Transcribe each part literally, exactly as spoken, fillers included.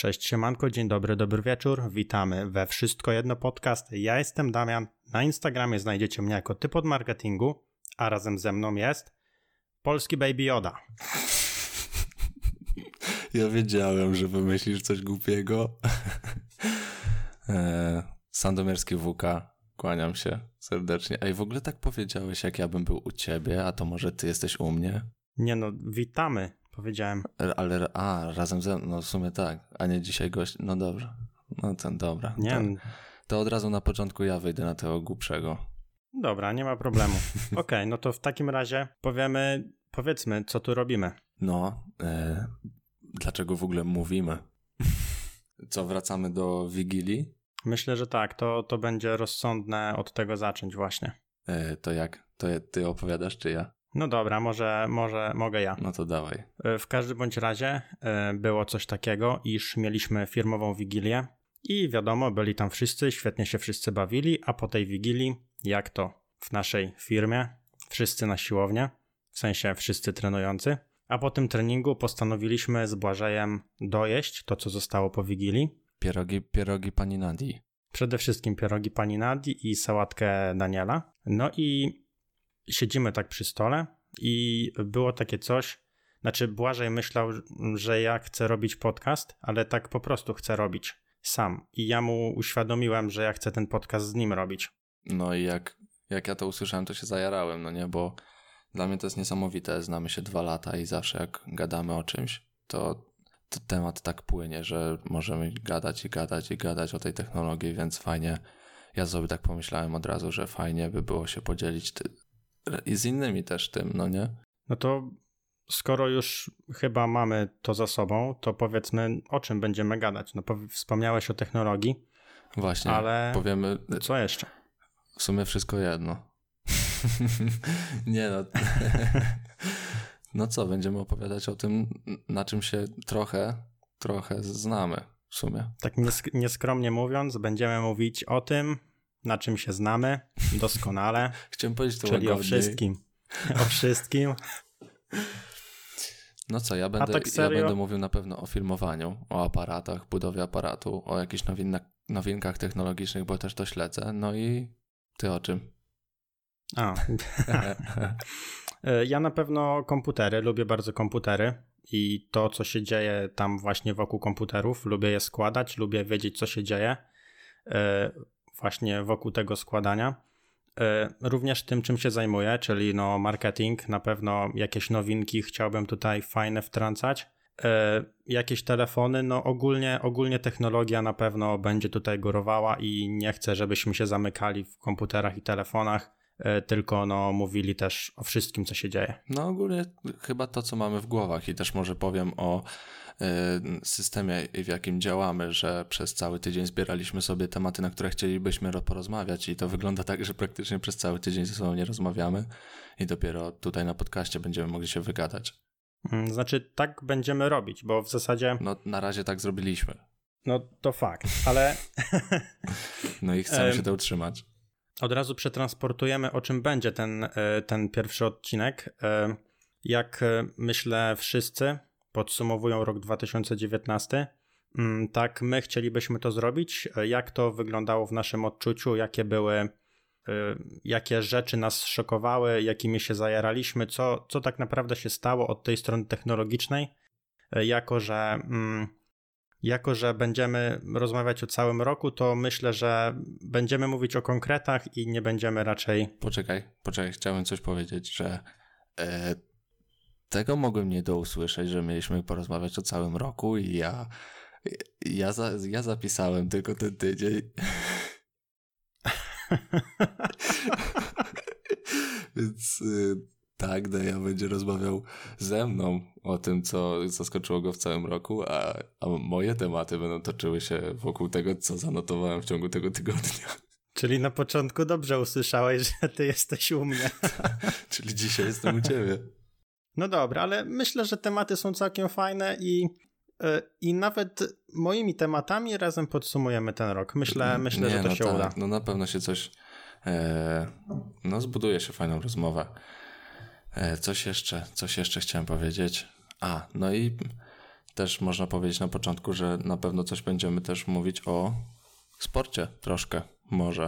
Cześć, siemanko, dzień dobry, dobry wieczór, witamy we Wszystko Jedno Podcast. Ja jestem Damian, na Instagramie znajdziecie mnie jako typ od marketingu, a razem ze mną jest polski Baby Yoda. Ja wiedziałem, że wymyślisz coś głupiego. e, Sandomierski W K, kłaniam się serdecznie. Ej, w ogóle tak powiedziałeś, jak ja bym był u ciebie, a to może ty jesteś u mnie? Nie no, witamy, powiedziałem. Ale, a, razem ze mną, no w sumie tak, a nie dzisiaj gość, no dobrze. No ten, dobra. Nie. To, to od razu na początku ja wyjdę na tego głupszego. Dobra, nie ma problemu. Okej, okay, no to w takim razie powiemy, powiedzmy, co tu robimy. No, e, dlaczego w ogóle mówimy? Co, wracamy do Wigilii? Myślę, że tak, to, to będzie rozsądne od tego zacząć właśnie. E, to jak? To ty opowiadasz, czy ja? No dobra, może, może mogę ja. No to dawaj. W każdym bądź razie było coś takiego, iż mieliśmy firmową wigilię i wiadomo, byli tam wszyscy, świetnie się wszyscy bawili, a po tej wigilii, jak to w naszej firmie, wszyscy na siłownię, w sensie wszyscy trenujący, a po tym treningu postanowiliśmy z Błażejem dojeść to, co zostało po wigilii. Pierogi, pierogi pani Nadii. Przede wszystkim pierogi pani Nadii i sałatkę Daniela. No i siedzimy tak przy stole i było takie coś, znaczy Błażej myślał, że ja chcę robić podcast, ale tak po prostu chcę robić sam. I ja mu uświadomiłem, że ja chcę ten podcast z nim robić. No i jak, jak ja to usłyszałem, to się zajarałem, no nie, bo dla mnie to jest niesamowite, znamy się dwa lata i zawsze jak gadamy o czymś, to, to temat tak płynie, że możemy gadać i gadać i gadać o tej technologii, więc fajnie, ja sobie tak pomyślałem od razu, że fajnie by było się podzielić ty- i z innymi też tym, no nie? No to skoro już chyba mamy to za sobą, to powiedzmy, o czym będziemy gadać. No wspomniałeś o technologii. Właśnie, ale powiemy... Co jeszcze? W sumie wszystko jedno. Nie no. No co, będziemy opowiadać o tym, na czym się trochę, trochę znamy w sumie. Tak niesk- nieskromnie mówiąc, będziemy mówić o tym, na czym się znamy doskonale. Chciałem powiedzieć to czyli łagodniej. o wszystkim. O wszystkim. No co, ja będę, tak ja będę mówił na pewno o filmowaniu, o aparatach, budowie aparatu, o jakichś nowin- nowinkach technologicznych, bo też to śledzę. No i ty o czym? A. Ja na pewno komputery, lubię bardzo komputery i to, co się dzieje tam właśnie wokół komputerów. Lubię je składać, lubię wiedzieć, co się dzieje właśnie wokół tego składania. Również tym, czym się zajmuję, czyli no marketing, na pewno jakieś nowinki chciałbym tutaj fajne wtrącać. Jakieś telefony, no ogólnie, ogólnie technologia na pewno będzie tutaj górowała i nie chcę, żebyśmy się zamykali w komputerach i telefonach, tylko no mówili też o wszystkim, co się dzieje. No ogólnie chyba to, co mamy w głowach i też może powiem o y, systemie, w jakim działamy, że przez cały tydzień zbieraliśmy sobie tematy, na które chcielibyśmy porozmawiać i to wygląda tak, że praktycznie przez cały tydzień ze sobą nie rozmawiamy i dopiero tutaj na podcaście będziemy mogli się wygadać. Znaczy tak będziemy robić, bo w zasadzie... No na razie tak zrobiliśmy. No to fakt, ale... No i chcemy się to utrzymać. Od razu przetransportujemy, o czym będzie ten, ten pierwszy odcinek. Jak myślę wszyscy podsumowują rok dwa tysiące dziewiętnasty, tak my chcielibyśmy to zrobić. Jak to wyglądało w naszym odczuciu, jakie były, jakie rzeczy nas szokowały, jakimi się zajaraliśmy, co, co tak naprawdę się stało od tej strony technologicznej, jako że... Jako, że będziemy rozmawiać o całym roku, to myślę, że będziemy mówić o konkretach i nie będziemy raczej... Poczekaj, poczekaj, chciałem coś powiedzieć, że e, tego mogłem nie dousłyszeć, że mieliśmy porozmawiać o całym roku i ja, ja, za, ja zapisałem tylko ten tydzień. Więc... Y, Tak, Deja będzie rozmawiał ze mną o tym, co zaskoczyło go w całym roku, a, a moje tematy będą toczyły się wokół tego, co zanotowałem w ciągu tego tygodnia. Czyli na początku dobrze usłyszałeś, że ty jesteś u mnie. Czyli dzisiaj jestem u ciebie. No dobra, ale myślę, że tematy są całkiem fajne i, i nawet moimi tematami razem podsumujemy ten rok. Myślę, myślę Nie, że to no się tak, uda. No na pewno się coś... E, no zbuduje się fajną rozmowę. Coś jeszcze, coś jeszcze chciałem powiedzieć. A, no i też można powiedzieć na początku, że na pewno coś będziemy też mówić o sporcie troszkę, może.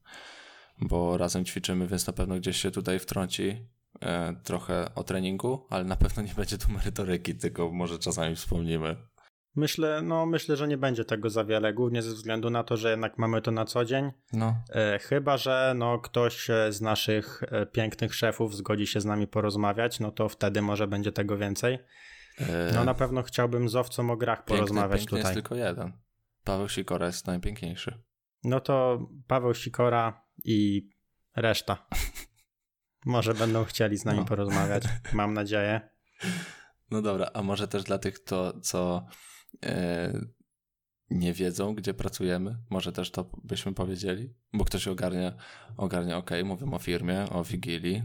Bo razem ćwiczymy, więc na pewno gdzieś się tutaj wtrąci e, trochę o treningu, ale na pewno nie będzie tu merytoryki, tylko może czasami wspomnimy. Myślę, no myślę, że nie będzie tego za wiele, głównie ze względu na to, że jednak mamy to na co dzień. No. E, chyba że no, ktoś z naszych e, pięknych szefów zgodzi się z nami porozmawiać, no to wtedy może będzie tego więcej. E... No na pewno chciałbym z Owcą o grach piękny, porozmawiać piękny tutaj. Jest tylko jeden. Paweł Sikora jest najpiękniejszy. No to Paweł Sikora i reszta. Może będą chcieli z nami no. porozmawiać, mam nadzieję. No dobra, a może też dla tych, to, co e, nie wiedzą, gdzie pracujemy, może też to byśmy powiedzieli? Bo ktoś ogarnia, ogarnia okej, okay, mówimy o firmie, o Wigilii.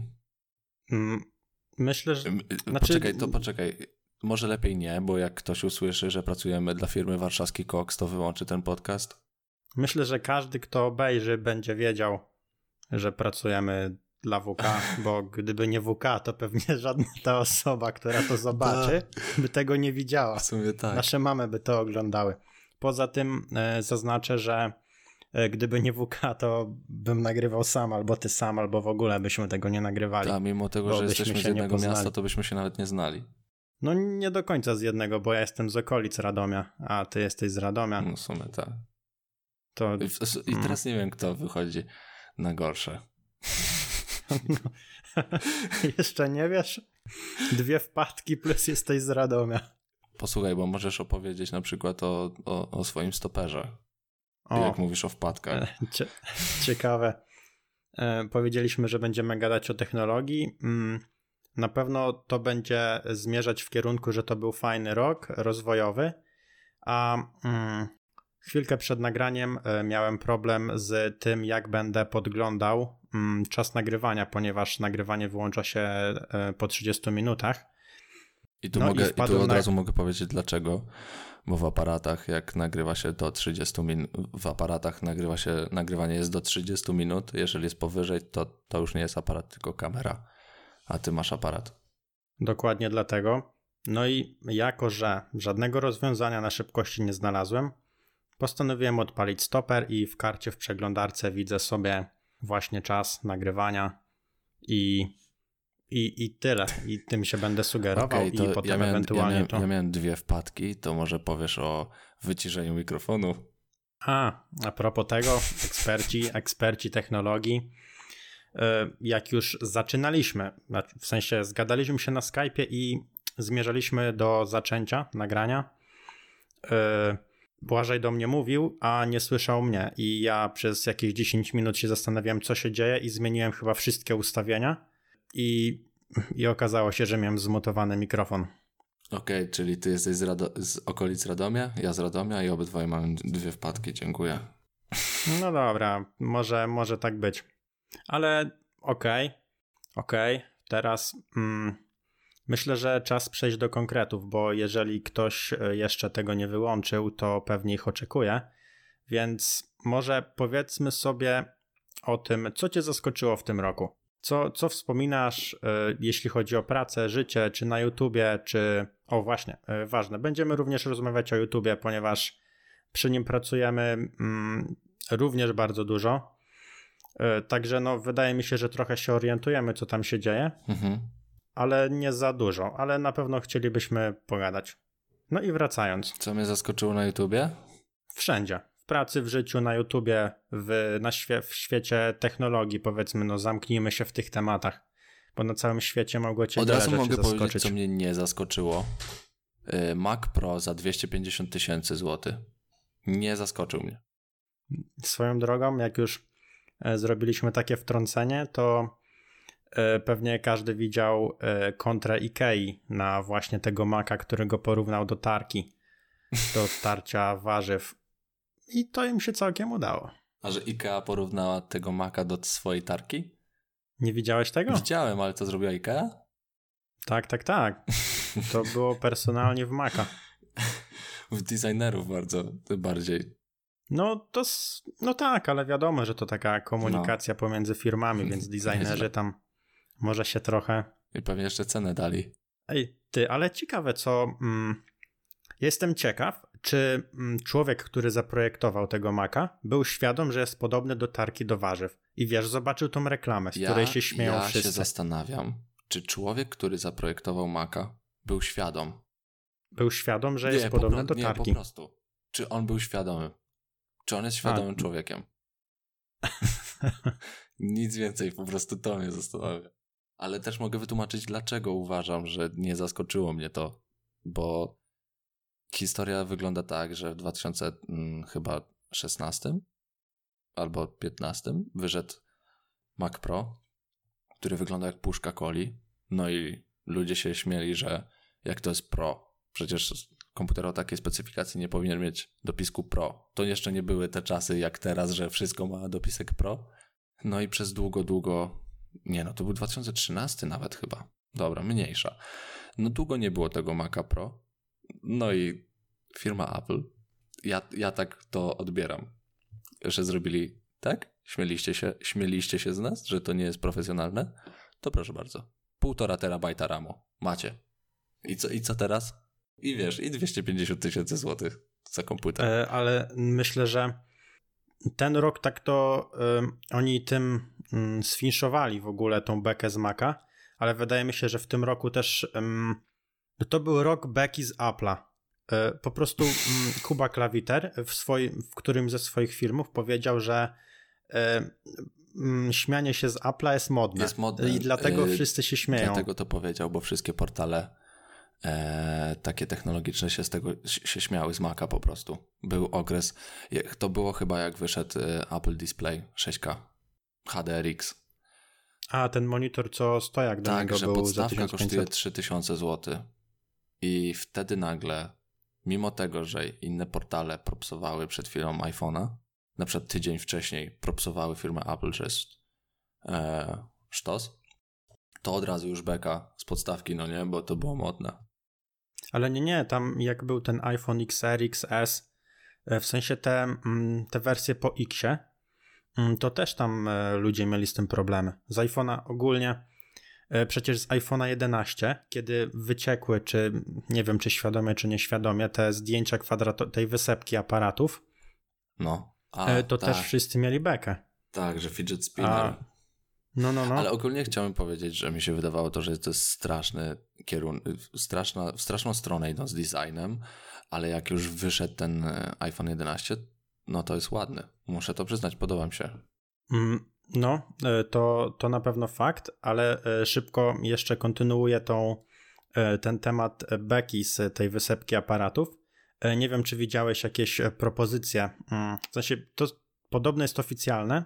Myślę, że... Znaczy... Poczekaj, to poczekaj. Może lepiej nie, bo jak ktoś usłyszy, że pracujemy dla firmy Warszawski Koks, to wyłączy ten podcast? Myślę, że każdy, kto obejrzy, będzie wiedział, że pracujemy dla W K, bo gdyby nie W K, to pewnie żadna ta osoba, która to zobaczy, by tego nie widziała. W sumie tak. Nasze mamy by to oglądały. Poza tym e, zaznaczę, że e, gdyby nie W K, to bym nagrywał sam, albo ty sam, albo w ogóle byśmy tego nie nagrywali. A mimo tego, że jesteśmy z jednego miasta, to byśmy się nawet nie znali. No nie do końca z jednego, bo ja jestem z okolic Radomia, a ty jesteś z Radomia. No w sumie tak. To... I, I teraz nie wiem, kto wychodzi na gorsze. No. Jeszcze nie wiesz? Dwie wpadki plus jesteś z Radomia. Posłuchaj, bo możesz opowiedzieć na przykład o, o, o swoim stoperze. O, jak mówisz o wpadkach. Cie, ciekawe. E, powiedzieliśmy, że będziemy gadać o technologii. Mm, na pewno to będzie zmierzać w kierunku, że to był fajny rok rozwojowy, a mm, chwilkę przed nagraniem e, miałem problem z tym, jak będę podglądał mm, czas nagrywania, ponieważ nagrywanie wyłącza się e, po trzydziestu minutach. I tu, no mogę, i, i tu od na... razu mogę powiedzieć dlaczego, bo w aparatach jak nagrywa się do trzydziestu minut, w aparatach nagrywa się, nagrywanie jest do trzydziestu minut, jeżeli jest powyżej, to, to już nie jest aparat, tylko kamera, a ty masz aparat. Dokładnie dlatego. No i jako, że żadnego rozwiązania na szybkości nie znalazłem, postanowiłem odpalić stoper i w karcie w przeglądarce widzę sobie właśnie czas nagrywania i I, I tyle. I tym się będę sugerował okay, i potem ja miałem, ewentualnie ja miałem, to... Ja miałem dwie wpadki, to może powiesz o wyciszeniu mikrofonu. A, a propos tego, eksperci, eksperci technologii, jak już zaczynaliśmy, w sensie zgadaliśmy się na Skype'ie i zmierzaliśmy do zaczęcia nagrania, Błażej do mnie mówił, a nie słyszał mnie i ja przez jakieś dziesięć minut się zastanawiałem, co się dzieje i zmieniłem chyba wszystkie ustawienia. I, I okazało się, że miałem zmutowany mikrofon. Okej, okay, czyli ty jesteś z, Rado- z okolic Radomia, ja z Radomia i obydwoje mamy dwie wpadki, dziękuję. No dobra, może, może tak być. Ale okej, okay, okej, okay. Teraz mm, myślę, że czas przejść do konkretów, bo jeżeli ktoś jeszcze tego nie wyłączył, to pewnie ich oczekuje. Więc może powiedzmy sobie o tym, co cię zaskoczyło w tym roku. Co, co wspominasz, y, jeśli chodzi o pracę, życie, czy na YouTubie, czy... O właśnie, y, ważne. Będziemy również rozmawiać o YouTubie, ponieważ przy nim pracujemy mm, również bardzo dużo. Y, także no, wydaje mi się, że trochę się orientujemy, co tam się dzieje, mhm. ale nie za dużo. Ale na pewno chcielibyśmy pogadać. No i wracając. Co mnie zaskoczyło na YouTubie? Wszędzie. Pracy, w życiu, na YouTubie, w, na świe, w świecie technologii, powiedzmy, no zamknijmy się w tych tematach, bo na całym świecie mogło cię Od wiele razu rzeczy mogę zaskoczyć. powiedzieć, co mnie nie zaskoczyło. Mac Pro za dwieście pięćdziesiąt tysięcy złotych. Nie zaskoczył mnie. Swoją drogą, jak już zrobiliśmy takie wtrącenie, to pewnie każdy widział kontrę Ikei na właśnie tego Maca, który go porównał do tarki, do tarcia warzyw. I to im się całkiem udało. A że Ikea porównała tego Maca do swojej tarki? Nie widziałeś tego? Widziałem, ale to zrobiła Ikea? Tak, tak, tak. To było personalnie w Maca. W designerów bardzo, bardziej. No to, no tak, ale wiadomo, że to taka komunikacja no. pomiędzy firmami, więc designerzy tam może się trochę... I pewnie jeszcze cenę dali. Ej, ty, ale ciekawe co... Mm, Jestem ciekaw, czy człowiek, który zaprojektował tego Maca, był świadom, że jest podobny do tarki do warzyw. I wiesz, zobaczył tą reklamę, z ja, której się śmieją ja wszyscy. Ja się zastanawiam, czy człowiek, który zaprojektował Maca, był świadom. Był świadom, że nie, jest podobny pro, do nie, tarki. Nie, po prostu. Czy on był świadomy? Czy on jest świadomym A. człowiekiem? Nic więcej, po prostu to mnie zastanawia. Ale też mogę wytłumaczyć, dlaczego uważam, że nie zaskoczyło mnie to. Bo historia wygląda tak, że w dwa tysiące szesnastym albo piętnastym wyszedł Mac Pro, który wygląda jak puszka coli. No i ludzie się śmieli, że jak to jest Pro? Przecież komputer o takiej specyfikacji nie powinien mieć dopisku Pro. To jeszcze nie były te czasy jak teraz, że wszystko ma dopisek Pro. No i przez długo, długo... Nie no, to był dwa tysiące trzynasty nawet chyba. Dobra, mniejsza. No długo nie było tego Maca Pro. No i firma Apple, ja, ja tak to odbieram, że zrobili tak? Śmieliście się, śmieliście się z nas, że to nie jest profesjonalne? To proszę bardzo. Półtora terabajta ramu. Macie. I co, i co teraz? I wiesz, i dwieście pięćdziesiąt tysięcy złotych za komputer. E, ale myślę, że ten rok tak to um, oni tym um, sfinszowali w ogóle tą bekę z Maca, ale wydaje mi się, że w tym roku też um, to był rok beki z Apple'a. E, po prostu um, Kuba Klawiter w, swoim, w którymś ze swoich filmów powiedział, że e, um, śmianie się z Apple'a jest modne. Jest modne. I dlatego yy, wszyscy się śmieją. Dlatego to powiedział, bo wszystkie portale E, takie technologiczne się z tego się śmiały z Maca po prostu. Był okres, to było chyba jak wyszedł Apple Display sześć K H D R X. A, ten monitor, co stojak do tak, niego że był podstawka za tysiąc pięćset. kosztuje trzy tysiące złotych. I wtedy nagle, mimo tego, że inne portale propsowały przed chwilą iPhone'a, na przykład tydzień wcześniej propsowały firmę Apple, że jest e, sztos, to od razu już beka z podstawki, no nie, bo to było modne. Ale nie, nie, tam jak był ten iPhone X R, X S, w sensie te, te wersje po X-ie, to też tam ludzie mieli z tym problemy. Z iPhone'a ogólnie, przecież z iPhone'a jedenaście, kiedy wyciekły, czy nie wiem, czy świadomie, czy nieświadomie, te zdjęcia kwadrato- tej wysepki aparatów, no, a, to tak. też wszyscy mieli bekę. Tak, że fidget spinner. A... No, no, no. Ale ogólnie chciałem powiedzieć, że mi się wydawało to, że to jest straszny kierunek, straszna, w straszną stronę idą z designem, ale jak już wyszedł ten iPhone jedenaście, no to jest ładny. Muszę to przyznać, podoba mi się. No, to, to na pewno fakt, ale szybko jeszcze kontynuuję tą, ten temat beki z tej wysepki aparatów. Nie wiem, czy widziałeś jakieś propozycje. W sensie, to podobno jest oficjalne,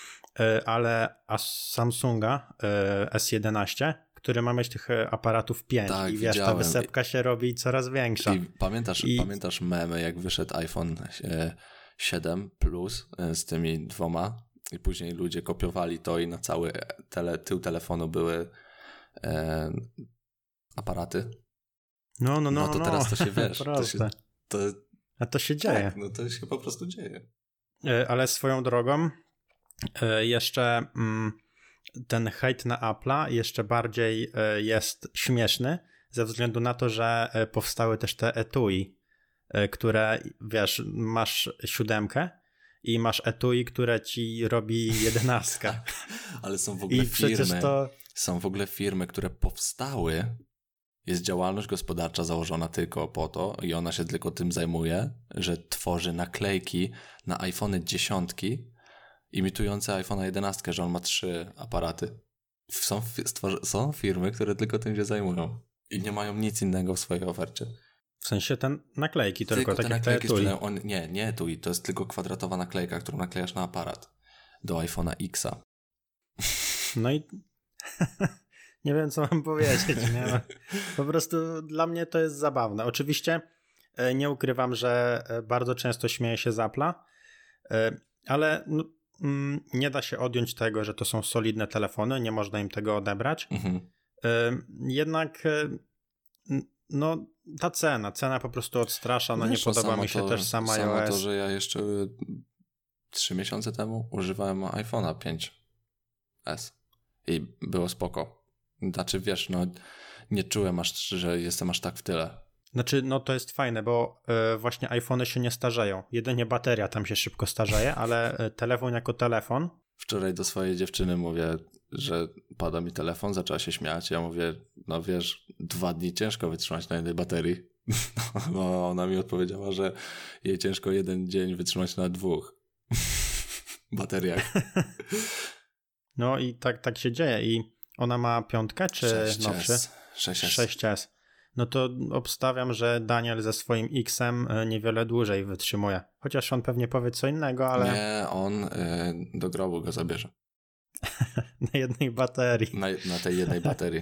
ale Samsunga S jedenaście, który ma mieć tych aparatów pięć tak, i wiesz, widziałem. ta wysepka się robi coraz większa. I pamiętasz, I... pamiętasz memy, jak wyszedł iPhone siedem Plus z tymi dwoma i później ludzie kopiowali to i na cały tele, tył telefonu były e, aparaty? No, no, no. No to no, teraz to się wiesz. to się, to, A to się dzieje. Tak, no to się po prostu dzieje. Ale swoją drogą jeszcze ten hejt na Apple'a jeszcze bardziej jest śmieszny ze względu na to, że powstały też te etui, które wiesz, masz siódemkę i masz etui, które ci robi jedenastka. Ale są w ogóle I firmy, to... są w ogóle firmy, które powstały, jest działalność gospodarcza założona tylko po to i ona się tylko tym zajmuje, że tworzy naklejki na iPhony dziesiątki imitujące iPhone'a jedenaście, że on ma trzy aparaty. Są, stworzy- są firmy, które tylko tym się zajmują i nie mają nic innego w swojej ofercie. W sensie ten naklejki tylko, tylko tak te jak naklejki te etui. on, Nie, nie etui, to jest tylko kwadratowa naklejka, którą naklejasz na aparat do iPhone'a X'a. No i nie wiem, co mam powiedzieć. Nie? No, po prostu dla mnie to jest zabawne. Oczywiście nie ukrywam, że bardzo często śmieję się z Apple'a, ale no, nie da się odjąć tego, że to są solidne telefony, nie można im tego odebrać. Mhm. Jednak no ta cena, cena po prostu odstrasza, no Wiesz, nie podoba mi się to, też sama samo iOS. to, że ja jeszcze trzy miesiące temu używałem iPhone'a pięć S i było spoko. Znaczy wiesz, no nie czułem aż, że jestem aż tak w tyle. Znaczy, no to jest fajne, bo y, właśnie iPhony się nie starzeją. Jedynie bateria tam się szybko starzeje, ale y, telefon jako telefon. Wczoraj do swojej dziewczyny mówię, że pada mi telefon, zaczęła się śmiać. Ja mówię, no wiesz, dwa dni ciężko wytrzymać na jednej baterii. No, ona mi odpowiedziała, że jej ciężko jeden dzień wytrzymać na dwóch bateriach. No i tak, tak się dzieje. I ona ma piątkę, czy nowszy? sześć S. sześć S. No to obstawiam, że Daniel ze swoim X-em niewiele dłużej wytrzymuje. Chociaż on pewnie powie co innego, ale... Nie, on y, do grobu go zabierze. Na jednej baterii. Na, na tej jednej baterii.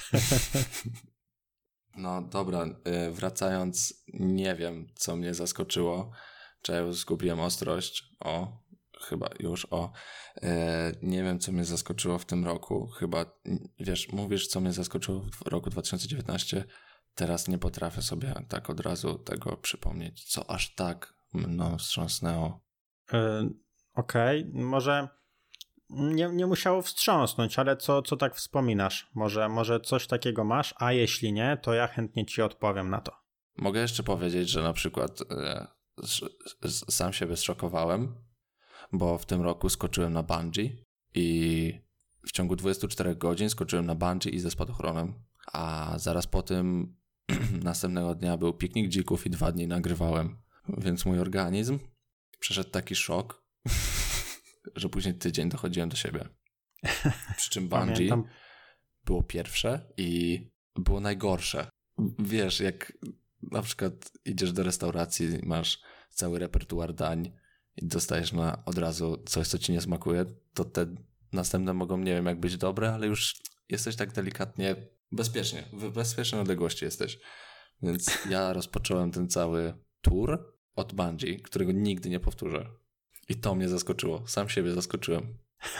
No dobra, y, wracając, nie wiem, co mnie zaskoczyło. Czy ja już zgubiłem ostrość? O, chyba już, o. Y, nie wiem, co mnie zaskoczyło w tym roku. Chyba, wiesz, mówisz, co mnie zaskoczyło w roku dwa tysiące dziewiętnastym. Teraz nie potrafię sobie tak od razu tego przypomnieć, co aż tak mną wstrząsnęło. Yy, Okej, okay. Może nie, nie musiało wstrząsnąć, ale co, co tak wspominasz? Może, może coś takiego masz, a jeśli nie, to ja chętnie ci odpowiem na to. Mogę jeszcze powiedzieć, że na przykład e, sam siebie zszokowałem, bo w tym roku skoczyłem na bungee i w ciągu dwudziestu czterech godzin skoczyłem na bungee i ze spadochronem, a zaraz po tym następnego dnia był piknik dzików i dwa dni nagrywałem, więc mój organizm przeszedł taki szok, że później tydzień dochodziłem do siebie. Przy czym bungee Pamiętam. było pierwsze i było najgorsze. Wiesz, jak na przykład idziesz do restauracji, masz cały repertuar dań i dostajesz na od razu coś, co ci nie smakuje, to te następne mogą, nie wiem, jak być dobre, ale już jesteś tak delikatnie bezpiecznie, w bezpiecznej odległości jesteś. Więc ja rozpocząłem ten cały tour od bungee, którego nigdy nie powtórzę. I to mnie zaskoczyło. Sam siebie zaskoczyłem.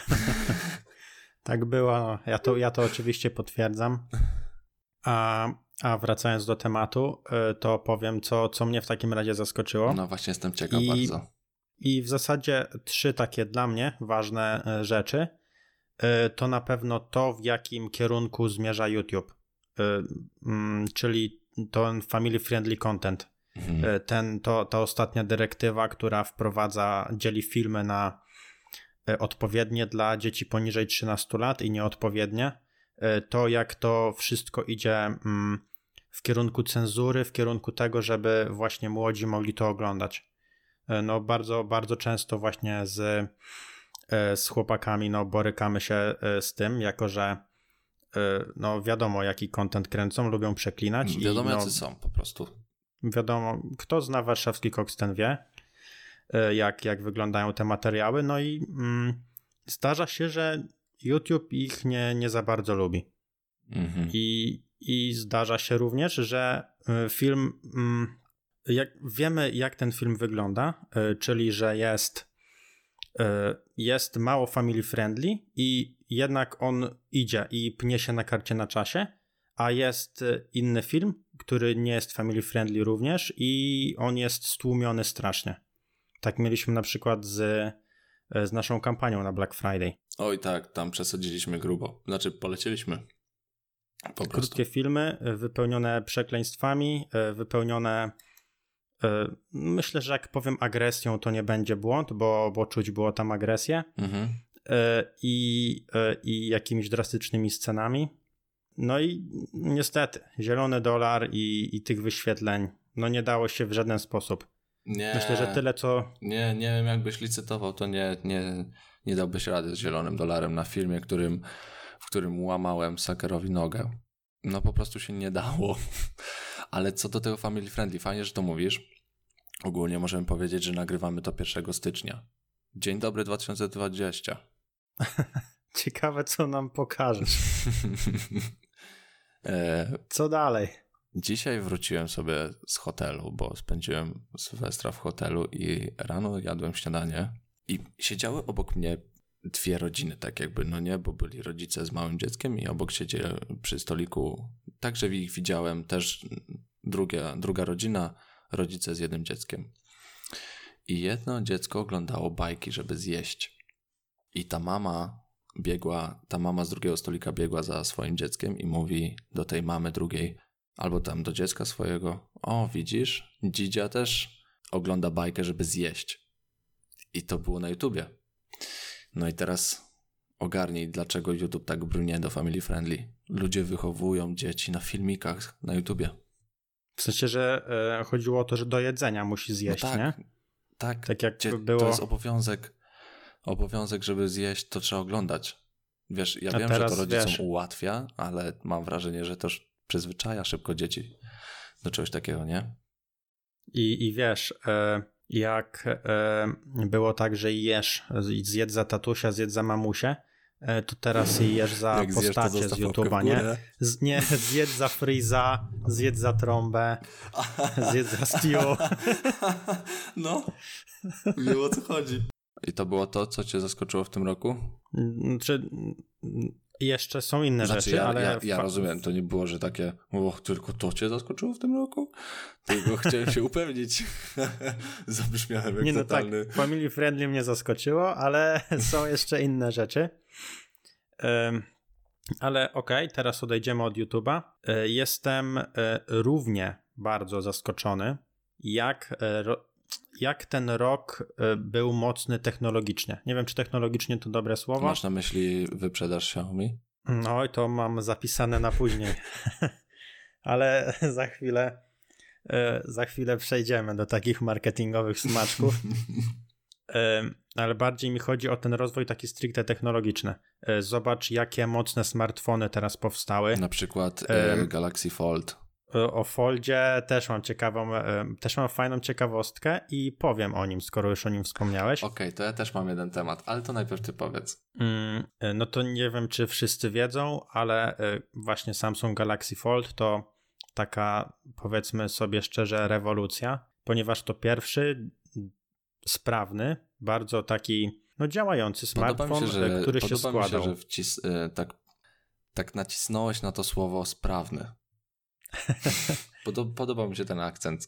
Tak było. No. Ja to, ja to oczywiście potwierdzam. A, a wracając do tematu, to powiem, co, co mnie w takim razie zaskoczyło. No właśnie jestem ciekaw I, bardzo. I w zasadzie trzy takie dla mnie ważne rzeczy. To na pewno to, w jakim kierunku zmierza YouTube. Czyli ten family friendly content. Mhm. Ten, to, ta ostatnia dyrektywa, która wprowadza, dzieli filmy na odpowiednie dla dzieci poniżej trzynastu lat i nieodpowiednie. To, jak to wszystko idzie w kierunku cenzury, w kierunku tego, żeby właśnie młodzi mogli to oglądać. No bardzo, bardzo często właśnie z, z chłopakami no, borykamy się z tym, jako że no wiadomo, jaki content kręcą, lubią przeklinać. Wiadomo, i, jacy no, są po prostu. Wiadomo, kto zna warszawski koks, ten wie, jak, jak wyglądają te materiały. No i mm, zdarza się, że YouTube ich nie, nie za bardzo lubi. Mhm. I, I zdarza się również, że film, jak wiemy, jak ten film wygląda, czyli że jest, jest mało family friendly i jednak on idzie i pnie się na karcie na czasie, a jest inny film, który nie jest family friendly również i on jest stłumiony strasznie. Tak mieliśmy na przykład z, z naszą kampanią na Black Friday. Oj tak, tam przesadziliśmy grubo. Znaczy polecieliśmy. Po Krótkie filmy wypełnione przekleństwami, wypełnione myślę, że jak powiem agresją, to nie będzie błąd, bo, bo czuć było tam agresję mhm. i, i jakimiś drastycznymi scenami. No i niestety, zielony dolar i, i tych wyświetleń, no nie dało się w żaden sposób. Nie, myślę, że tyle co... Nie, nie wiem, jakbyś licytował, to nie, nie, nie dałbyś rady z zielonym dolarem na filmie, którym, w którym łamałem Sakerowi nogę. No po prostu się nie dało. Ale co do tego family friendly, fajnie, że to mówisz. Ogólnie możemy powiedzieć, że nagrywamy to pierwszego stycznia. Dzień dobry dwa tysiące dwudziesty. Ciekawe, co nam pokażesz. Co dalej? Dzisiaj wróciłem sobie z hotelu, bo spędziłem Sylwestra w hotelu i rano jadłem śniadanie i siedziały obok mnie dwie rodziny, tak jakby, no nie, bo byli rodzice z małym dzieckiem i obok siedzieli przy stoliku, także ich widziałem, też druga, druga rodzina, rodzice z jednym dzieckiem. I jedno dziecko oglądało bajki, żeby zjeść. I ta mama biegła, ta mama z drugiego stolika biegła za swoim dzieckiem i mówi do tej mamy drugiej: Albo tam do dziecka swojego. O, widzisz? Dzidzia też ogląda bajkę, żeby zjeść. I to było na YouTubie. No i teraz ogarnij, dlaczego YouTube tak brnie do family friendly. Ludzie wychowują dzieci na filmikach na YouTubie. W sensie, że e, chodziło o to, że do jedzenia musi zjeść, no tak, nie? Tak, tak jak Dzie- było... to jest obowiązek. Obowiązek, żeby zjeść, to trzeba oglądać. Wiesz, ja A wiem, teraz, że to rodzicom wiesz... ułatwia, ale mam wrażenie, że też przyzwyczaja szybko dzieci do czegoś takiego, nie? I, i wiesz, e, jak e, było tak, że jesz, zjedz za tatusia, zjedz za mamusię, e, to teraz jesz za jak postacie zjesz, z YouTube'a, nie? Z, nie? Zjedz za Freeza, zjedz za Trąbę, zjedz za Stew. No, wiem o co chodzi. I to było to, co cię zaskoczyło w tym roku? Czy jeszcze są inne znaczy, rzeczy, ja, ale... Ja, ja rozumiem, to nie było, że takie o, tylko to cię zaskoczyło w tym roku? Tylko chciałem się upewnić. Zabrzmiałem jak nie, no totalny... tak, family friendly mnie zaskoczyło, ale są jeszcze inne rzeczy. Um, ale okej, okay, teraz odejdziemy od YouTube'a. Jestem równie bardzo zaskoczony, jak... jak ten rok był mocny technologicznie. Nie wiem, czy technologicznie to dobre słowo. Masz na myśli wyprzedaż Xiaomi? No i to mam zapisane na później. Ale za chwilę za chwilę przejdziemy do takich marketingowych smaczków. Ale bardziej mi chodzi o ten rozwój taki stricte technologiczny. Zobacz, jakie mocne smartfony teraz powstały. Na przykład um, Galaxy Fold. O Foldzie też mam ciekawą, też mam fajną ciekawostkę i powiem o nim, skoro już o nim wspomniałeś. Okej, okay, to ja też mam jeden temat, ale to najpierw ty powiedz. Mm, no to nie wiem, czy wszyscy wiedzą, ale właśnie Samsung Galaxy Fold to taka, powiedzmy sobie szczerze, rewolucja, ponieważ to pierwszy sprawny, bardzo taki no działający smartfon, się, że, który się składał. Podoba mi się, że wcis, tak, tak nacisnąłeś na to słowo sprawny. Podoba, podoba mi się ten akcent.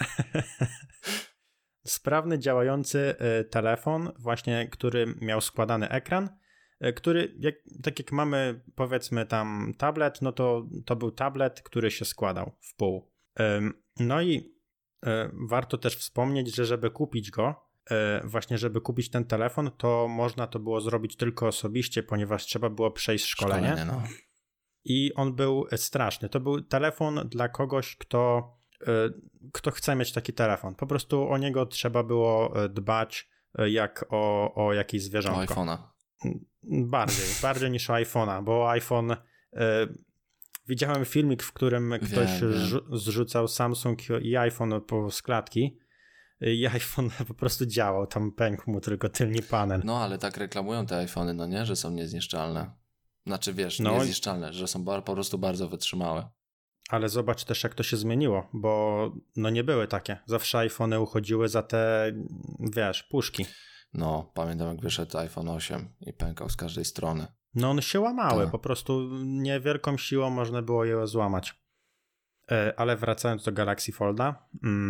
Sprawny, działający telefon, właśnie, który miał składany ekran, który, jak, tak jak mamy, powiedzmy tam tablet, no to to był tablet, który się składał w pół. No i warto też wspomnieć, że żeby kupić go, właśnie żeby kupić ten telefon, to można to było zrobić tylko osobiście, ponieważ trzeba było przejść szkolenie. Szkolenie, no. I on był straszny. To był telefon dla kogoś, kto, kto chce mieć taki telefon. Po prostu o niego trzeba było dbać jak o, o jakieś zwierzątko. O iPhone'a. Bardziej, bardziej niż o iPhone'a, bo iPhone... Widziałem filmik, w którym ktoś wiem, wiem. Zrzu- zrzucał Samsung i iPhone po z klatki i iPhone po prostu działał. Tam pękł mu tylko tylny panel. No, ale tak reklamują te iPhony, no nie? Że są niezniszczalne. Znaczy wiesz, no niezniszczalne, że są po prostu bardzo wytrzymałe. Ale zobacz też, jak to się zmieniło, bo no nie były takie. Zawsze iPhony uchodziły za te, wiesz, puszki. No, pamiętam jak wyszedł iPhone osiem i pękał z każdej strony. No one się łamały, tak. Po prostu niewielką siłą można było je złamać. Ale wracając do Galaxy Folda,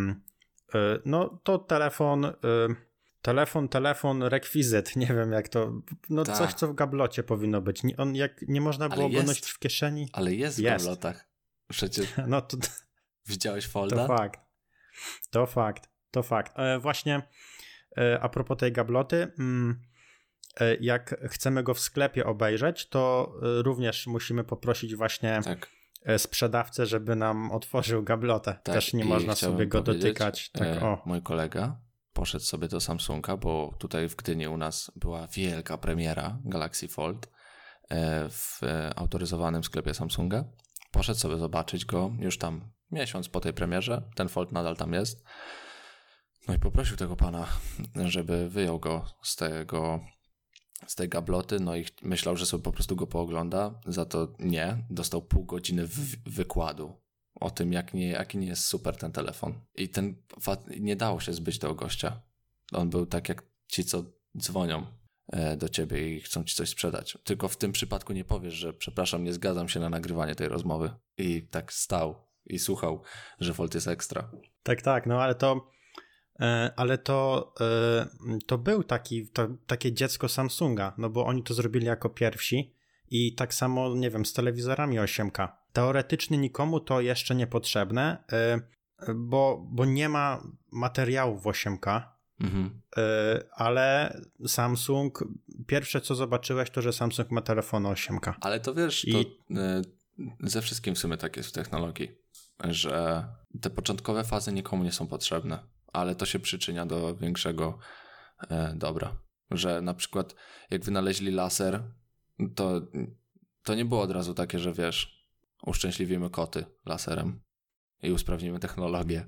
no to telefon... Telefon, telefon, rekwizyt, nie wiem jak to, no tak. Coś co w gablocie powinno być. Nie, on jak nie można było go nosić w kieszeni. Ale jest w jest. gablotach. Przecież no to, widziałeś Folda? To fakt, to fakt, to fakt. E, właśnie e, a propos tej gabloty, mm, e, jak chcemy go w sklepie obejrzeć, to e, również musimy poprosić właśnie tak. e, sprzedawcę, żeby nam otworzył gablotę. Tak. Też nie I można sobie go dotykać. Tak, e, o. Mój kolega poszedł sobie do Samsunga, bo tutaj w Gdyni u nas była wielka premiera Galaxy Fold w autoryzowanym sklepie Samsunga. Poszedł sobie zobaczyć go już tam miesiąc po tej premierze. Ten Fold nadal tam jest. No i poprosił tego pana, żeby wyjął go z tego, z tej gabloty. No i myślał, że sobie po prostu go poogląda. Za to nie. Dostał pół godziny w- wykładu o tym, jak nie, jaki nie jest super ten telefon. I ten nie dało się zbyć tego gościa. On był tak jak ci, co dzwonią do ciebie i chcą ci coś sprzedać. Tylko w tym przypadku nie powiesz, że przepraszam, nie zgadzam się na nagrywanie tej rozmowy. I tak stał i słuchał, że Fold jest ekstra. Tak, tak, no ale to ale to to był taki, to, takie dziecko Samsunga, no bo oni to zrobili jako pierwsi i tak samo, nie wiem, z telewizorami osiem K. teoretycznie nikomu to jeszcze niepotrzebne, bo, bo nie ma materiałów w osiem K, mhm. ale Samsung, pierwsze co zobaczyłeś to, że Samsung ma telefony osiem K. Ale to wiesz, I... to ze wszystkim w sumie tak jest w technologii, że te początkowe fazy nikomu nie są potrzebne, ale to się przyczynia do większego dobra. Że na przykład jak wynaleźli laser, to, to nie było od razu takie, że wiesz, uszczęśliwimy koty laserem i usprawnimy technologię.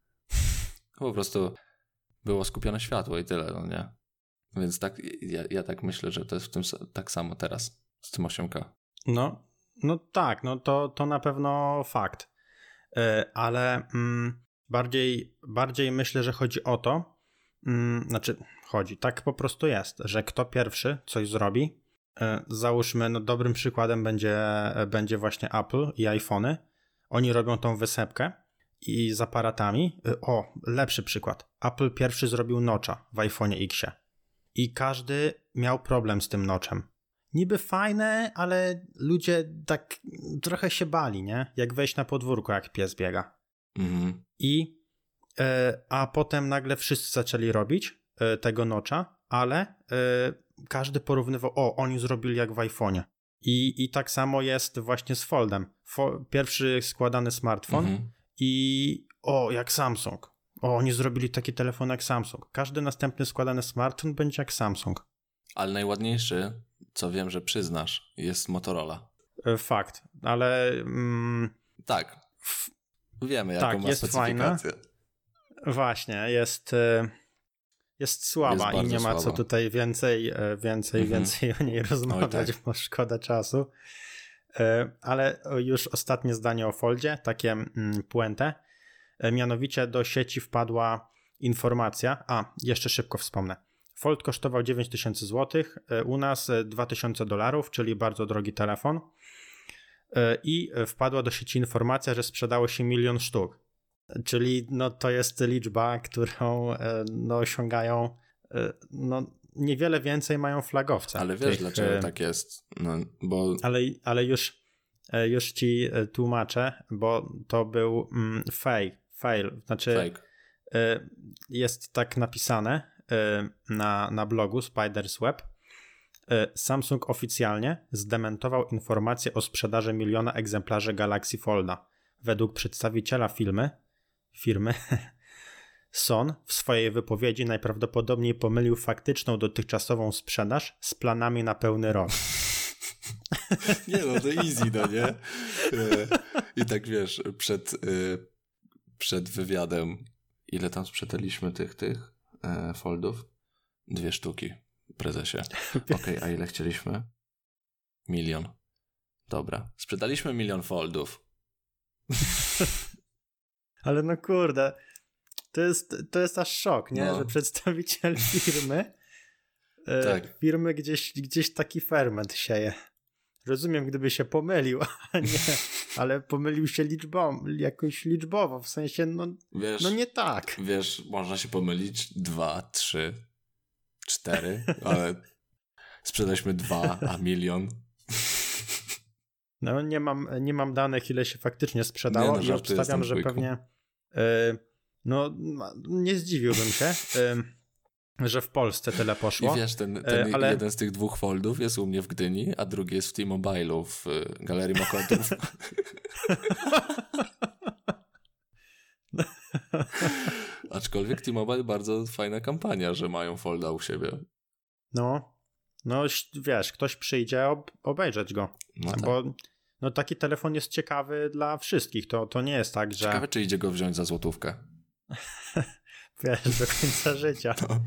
Po prostu było skupione światło i tyle, no nie? Więc tak, ja, ja tak myślę, że to jest w tym tak samo teraz z tym osiem K. No, no tak, no to, to na pewno fakt. Yy, ale mm, bardziej, bardziej myślę, że chodzi o to, mm, znaczy chodzi, tak po prostu jest, że kto pierwszy coś zrobi, yy, załóżmy, no dobrym przykładem będzie, będzie właśnie Apple i iPhony. Oni robią tą wysepkę i z aparatami, yy, o, lepszy przykład. Apple pierwszy zrobił notcha w iPhone'ie X-ie i każdy miał problem z tym notchem. Niby fajne, ale ludzie tak trochę się bali, nie? Jak wejść na podwórko, jak pies biega. Mhm. I e, a potem nagle wszyscy zaczęli robić e, tego notcha, ale e, każdy porównywał, o, oni zrobili jak w iPhone'ie. I, I tak samo jest właśnie z Foldem. Fo, pierwszy składany smartfon mhm. i o, jak Samsung. O, oni zrobili taki telefon jak Samsung. Każdy następny składany smartfon będzie jak Samsung. Ale najładniejszy, co wiem, że przyznasz, jest Motorola. Fakt, ale... Mm, tak, f- wiemy jaką tak, ma jest specyfikację. Fajna. Właśnie, jest, jest słaba jest i nie ma słaba. Co tutaj więcej, więcej, mhm. więcej o niej rozmawiać, tak. Bo szkoda czasu. Ale już ostatnie zdanie o Foldzie, takie mm, puentę. Mianowicie do sieci wpadła informacja, a jeszcze szybko wspomnę. Fold kosztował dziewięć tysięcy złotych, u nas dwa tysiące dolarów, czyli bardzo drogi telefon. I wpadła do sieci informacja, że sprzedało się milion sztuk. Czyli no, to jest liczba, którą no, osiągają, no, niewiele więcej mają flagowce. Ale wiesz tych, dlaczego tak jest? No, bo... ale, ale już, już ci tłumaczę, bo to był mm, fail, fail. Znaczy Fake. Jest tak napisane na, na blogu Spider's Web. Samsung oficjalnie zdementował informację o sprzedaży miliona egzemplarzy Galaxy Folda. Według przedstawiciela firmy, firmy Son w swojej wypowiedzi najprawdopodobniej pomylił faktyczną dotychczasową sprzedaż z planami na pełny rok. Nie no, to easy, no nie? I tak wiesz, przed, przed wywiadem ile tam sprzedaliśmy tych, tych Foldów? Dwie sztuki, prezesie. Okej, okay, a ile chcieliśmy? Milion. Dobra. Sprzedaliśmy milion Foldów. Ale no kurde, to jest, to jest aż szok, nie? No. Że przedstawiciel firmy tak. e, firmy gdzieś, gdzieś taki ferment sieje. Rozumiem, gdyby się pomylił, a nie, ale pomylił się liczbą, jakoś liczbowo, w sensie, no, wiesz, no nie tak. Wiesz, można się pomylić dwa, trzy, cztery, ale sprzedaliśmy dwa, a milion. No nie mam, nie mam danych, ile się faktycznie sprzedało nie, no, i obstawiam, że dwójką. Pewnie yy, no nie zdziwiłbym się, yy, że w Polsce tyle poszło. I wiesz, ten, ten ale... jeden z tych dwóch Foldów jest u mnie w Gdyni, a drugi jest w T-Mobile'u w Galerii Mokotów. Aczkolwiek T-Mobile bardzo fajna kampania, że mają Folda u siebie. No, no wiesz, ktoś przyjdzie ob- obejrzeć go, no tak. Bo no, taki telefon jest ciekawy dla wszystkich, to, to nie jest tak, że... Ciekawe, czy idzie go wziąć za złotówkę. Wiesz, do końca życia. No.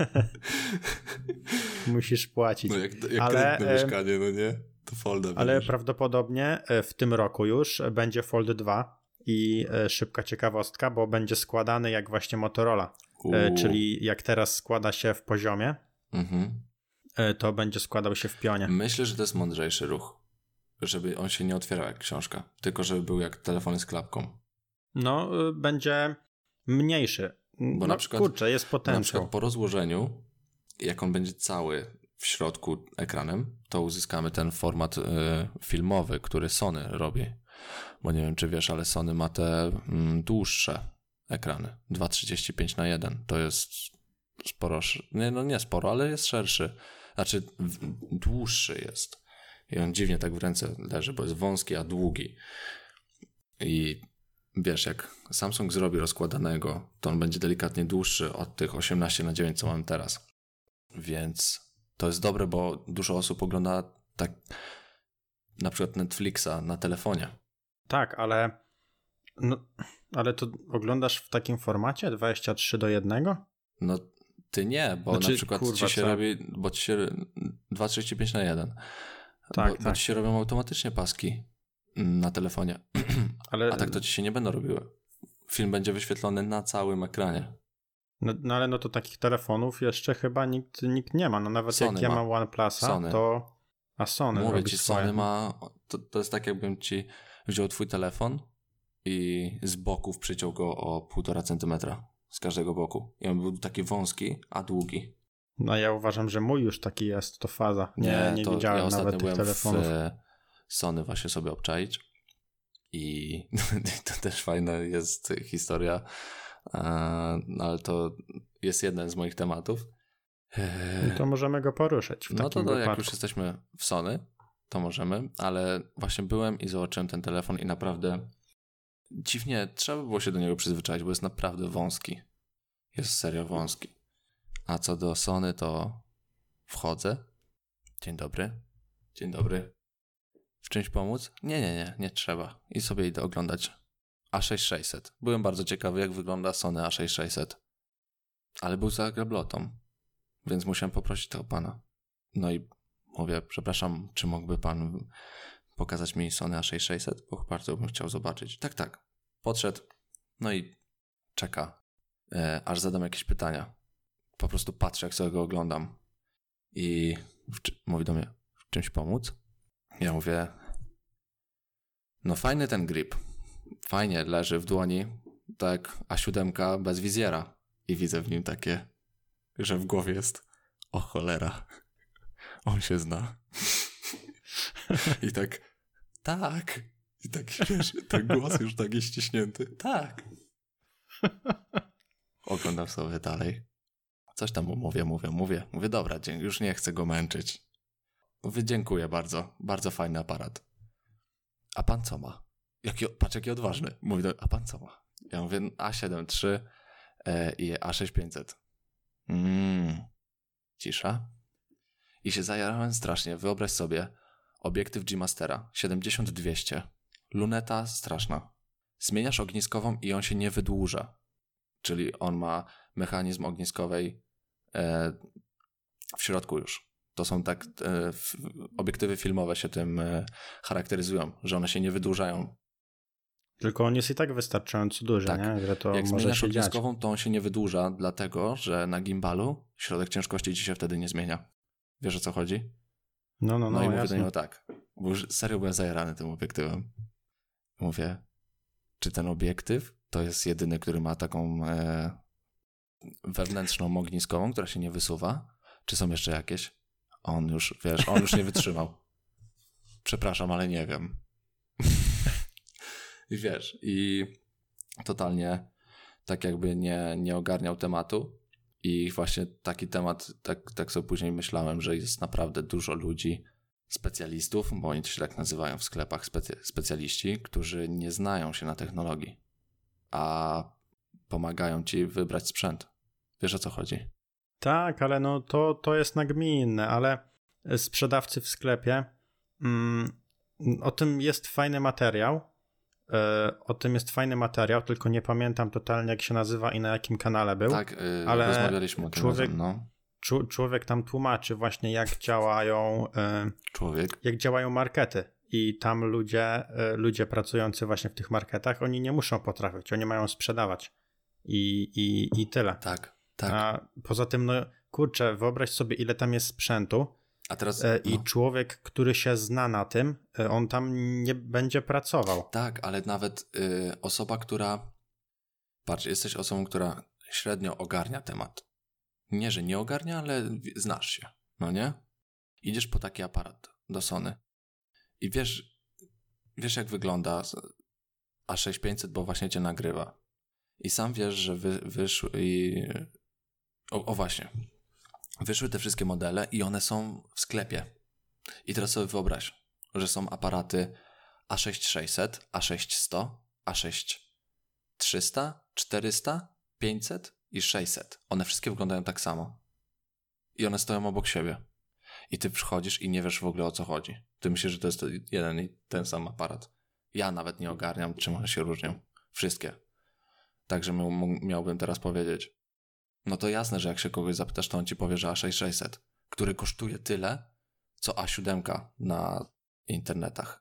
Musisz płacić. No jak, jak ale, kredyt na mieszkanie, no nie? To Folda ale będziesz. Prawdopodobnie w tym roku już będzie Fold dwa i szybka ciekawostka, bo będzie składany jak właśnie Motorola. Uuu. Czyli jak teraz składa się w poziomie, mhm. to będzie składał się w pionie. Myślę, że to jest mądrzejszy ruch. Żeby on się nie otwierał jak książka, tylko żeby był jak telefony z klapką. No, będzie mniejszy. Bo no, na przykład, kurczę, jest potencjał. Na przykład po rozłożeniu, jak on będzie cały w środku ekranem, to uzyskamy ten format y, filmowy, który Sony robi. bo nie wiem, czy wiesz, ale Sony ma te mm, dłuższe ekrany, dwa trzydzieści pięć na jeden, to jest sporo, nie, no nie sporo, ale jest szerszy, znaczy w, dłuższy jest i on dziwnie tak w ręce leży, bo jest wąski, a długi i wiesz, jak Samsung zrobi rozkładanego, to on będzie delikatnie dłuższy od tych osiemnaście na dziewięć, co mam teraz, więc to jest dobre, bo dużo osób ogląda tak na przykład Netflixa na telefonie. Tak, ale no, ale to oglądasz w takim formacie dwadzieścia trzy do jednego? No ty nie, bo znaczy, na przykład kurwa, ci się co? robi, bo ci się dwa trzydzieści pięć na jeden. Tak, bo, tak. bo ci się robią automatycznie paski na telefonie. Ale... A tak to ci się nie będą robiły. Film będzie wyświetlony na całym ekranie. No, no ale no to takich telefonów jeszcze chyba nikt, nikt nie ma. No nawet Sony jak ja mam OnePlusa, Sony. to a Sony Mówię robi ci, swoje. Sony ma, to, to jest tak jakbym ci wziął twój telefon i z boków przyciął go o półtora centymetra z każdego boku. I on był taki wąski, a długi. No ja uważam, że mój już taki jest, to faza. Nie, nie, nie to widziałem ja nawet tych telefonów. W Sony właśnie sobie obczaić i to też fajna jest historia, ale to jest jeden z moich tematów. No to możemy go poruszyć w no takim to, to wypadku. Jak już jesteśmy w Sony, to możemy, ale właśnie byłem i zobaczyłem ten telefon i naprawdę dziwnie, trzeba by było się do niego przyzwyczaić, bo jest naprawdę wąski. Jest serio wąski. A co do Sony, to wchodzę. Dzień dobry. Dzień dobry. W czymś pomóc? Nie, nie, nie, nie trzeba. I sobie idę oglądać A sześć sześćset. Byłem bardzo ciekawy, jak wygląda Sony A sześć sześćset. Ale był za gablotą, więc musiałem poprosić tego pana. No i mówię, przepraszam, czy mógłby pan pokazać mi Sony A sześć sześćset? Bo bardzo bym chciał zobaczyć. Tak, tak. Podszedł, no i czeka, e, aż zadam jakieś pytania. Po prostu patrzę, jak sobie go oglądam. I czy, mówi do mnie, w czymś pomóc? Ja mówię, no fajny ten grip. Fajnie leży w dłoni, tak A siedem bez wizjera. I widzę w nim takie, że w głowie jest, o cholera, on się zna. I tak, tak. I tak, wiesz, ten głos już taki ściśnięty. Tak. Oglądam sobie dalej. Coś tam mu mówię, mówię, mówię. Mówię, dobra, już nie chcę go męczyć. Mówię, dziękuję bardzo. Bardzo fajny aparat. A pan co ma? Jaki, patrz, jaki odważny. Mówi, a pan co ma? Ja mówię, A siedem trzy e, i A sześć pięćset. Mmm. Cisza. I się zajarałem strasznie. Wyobraź sobie, obiektyw G-Mastera siedemdziesiąt dwieście. Luneta straszna. Zmieniasz ogniskową i on się nie wydłuża. Czyli on ma mechanizm ogniskowej e, w środku już. To są tak, e, w, obiektywy filmowe się tym e, charakteryzują, że one się nie wydłużają. Tylko on jest i tak wystarczająco duży, tak. nie? Że to jak może zmieniasz się ogniskową, dziać. to on się nie wydłuża, dlatego, że na gimbalu środek ciężkości ci się wtedy nie zmienia. Wiesz, o co chodzi? No, no, no, no i mówię jasne. do niego tak, bo już serio byłem zajarany tym obiektywem. Mówię, czy ten obiektyw to jest jedyny, który ma taką e, wewnętrzną ogniskową, która się nie wysuwa? Czy są jeszcze jakieś? On już, wiesz, on już nie wytrzymał. Przepraszam, ale nie wiem. I wiesz, i totalnie tak jakby nie, nie ogarniał tematu i właśnie taki temat, tak, tak sobie później myślałem, że jest naprawdę dużo ludzi, specjalistów, bo oni się tak nazywają w sklepach, specy- specjaliści, którzy nie znają się na technologii, a pomagają ci wybrać sprzęt. Wiesz, o co chodzi? Tak, ale no to, to jest nagminne, ale sprzedawcy w sklepie, mm, o tym jest fajny materiał, yy, o tym jest fajny materiał, tylko nie pamiętam totalnie, jak się nazywa i na jakim kanale był. Tak, yy, ale rozmawialiśmy o tym człowiek, razem, no. Czu, człowiek tam tłumaczy właśnie, jak działają yy, człowiek. jak działają markety. I tam ludzie, yy, ludzie pracujący właśnie w tych marketach, oni nie muszą potrafić, oni mają sprzedawać. I, i, i tyle. Tak, tak. A poza tym, no kurczę, wyobraź sobie, ile tam jest sprzętu. A teraz, e, no. I człowiek, który się zna na tym, e, on tam nie będzie pracował. Tak, ale nawet y, osoba, która, patrz, jesteś osobą, która średnio ogarnia temat. Nie, że nie ogarnia, ale znasz się, no nie? Idziesz po taki aparat do Sony i wiesz, wiesz jak wygląda A sześć pięćset, bo właśnie cię nagrywa. I sam wiesz, że wy, wyszły i... O, o właśnie. Wyszły te wszystkie modele i one są w sklepie. I teraz sobie wyobraź, że są aparaty A sześć sześćset, A sześć sto, A sześć trzysta, czterysta, pięćset i sześćset. One wszystkie wyglądają tak samo. I one stoją obok siebie. I ty przychodzisz i nie wiesz w ogóle o co chodzi. Ty myślisz, że to jest jeden i ten sam aparat. Ja nawet nie ogarniam, czym one się różnią. Wszystkie. Także miałbym teraz powiedzieć. No to jasne, że jak się kogoś zapytasz, to on ci powie, że A sześć sześćset, który kosztuje tyle, co A siedem na internetach.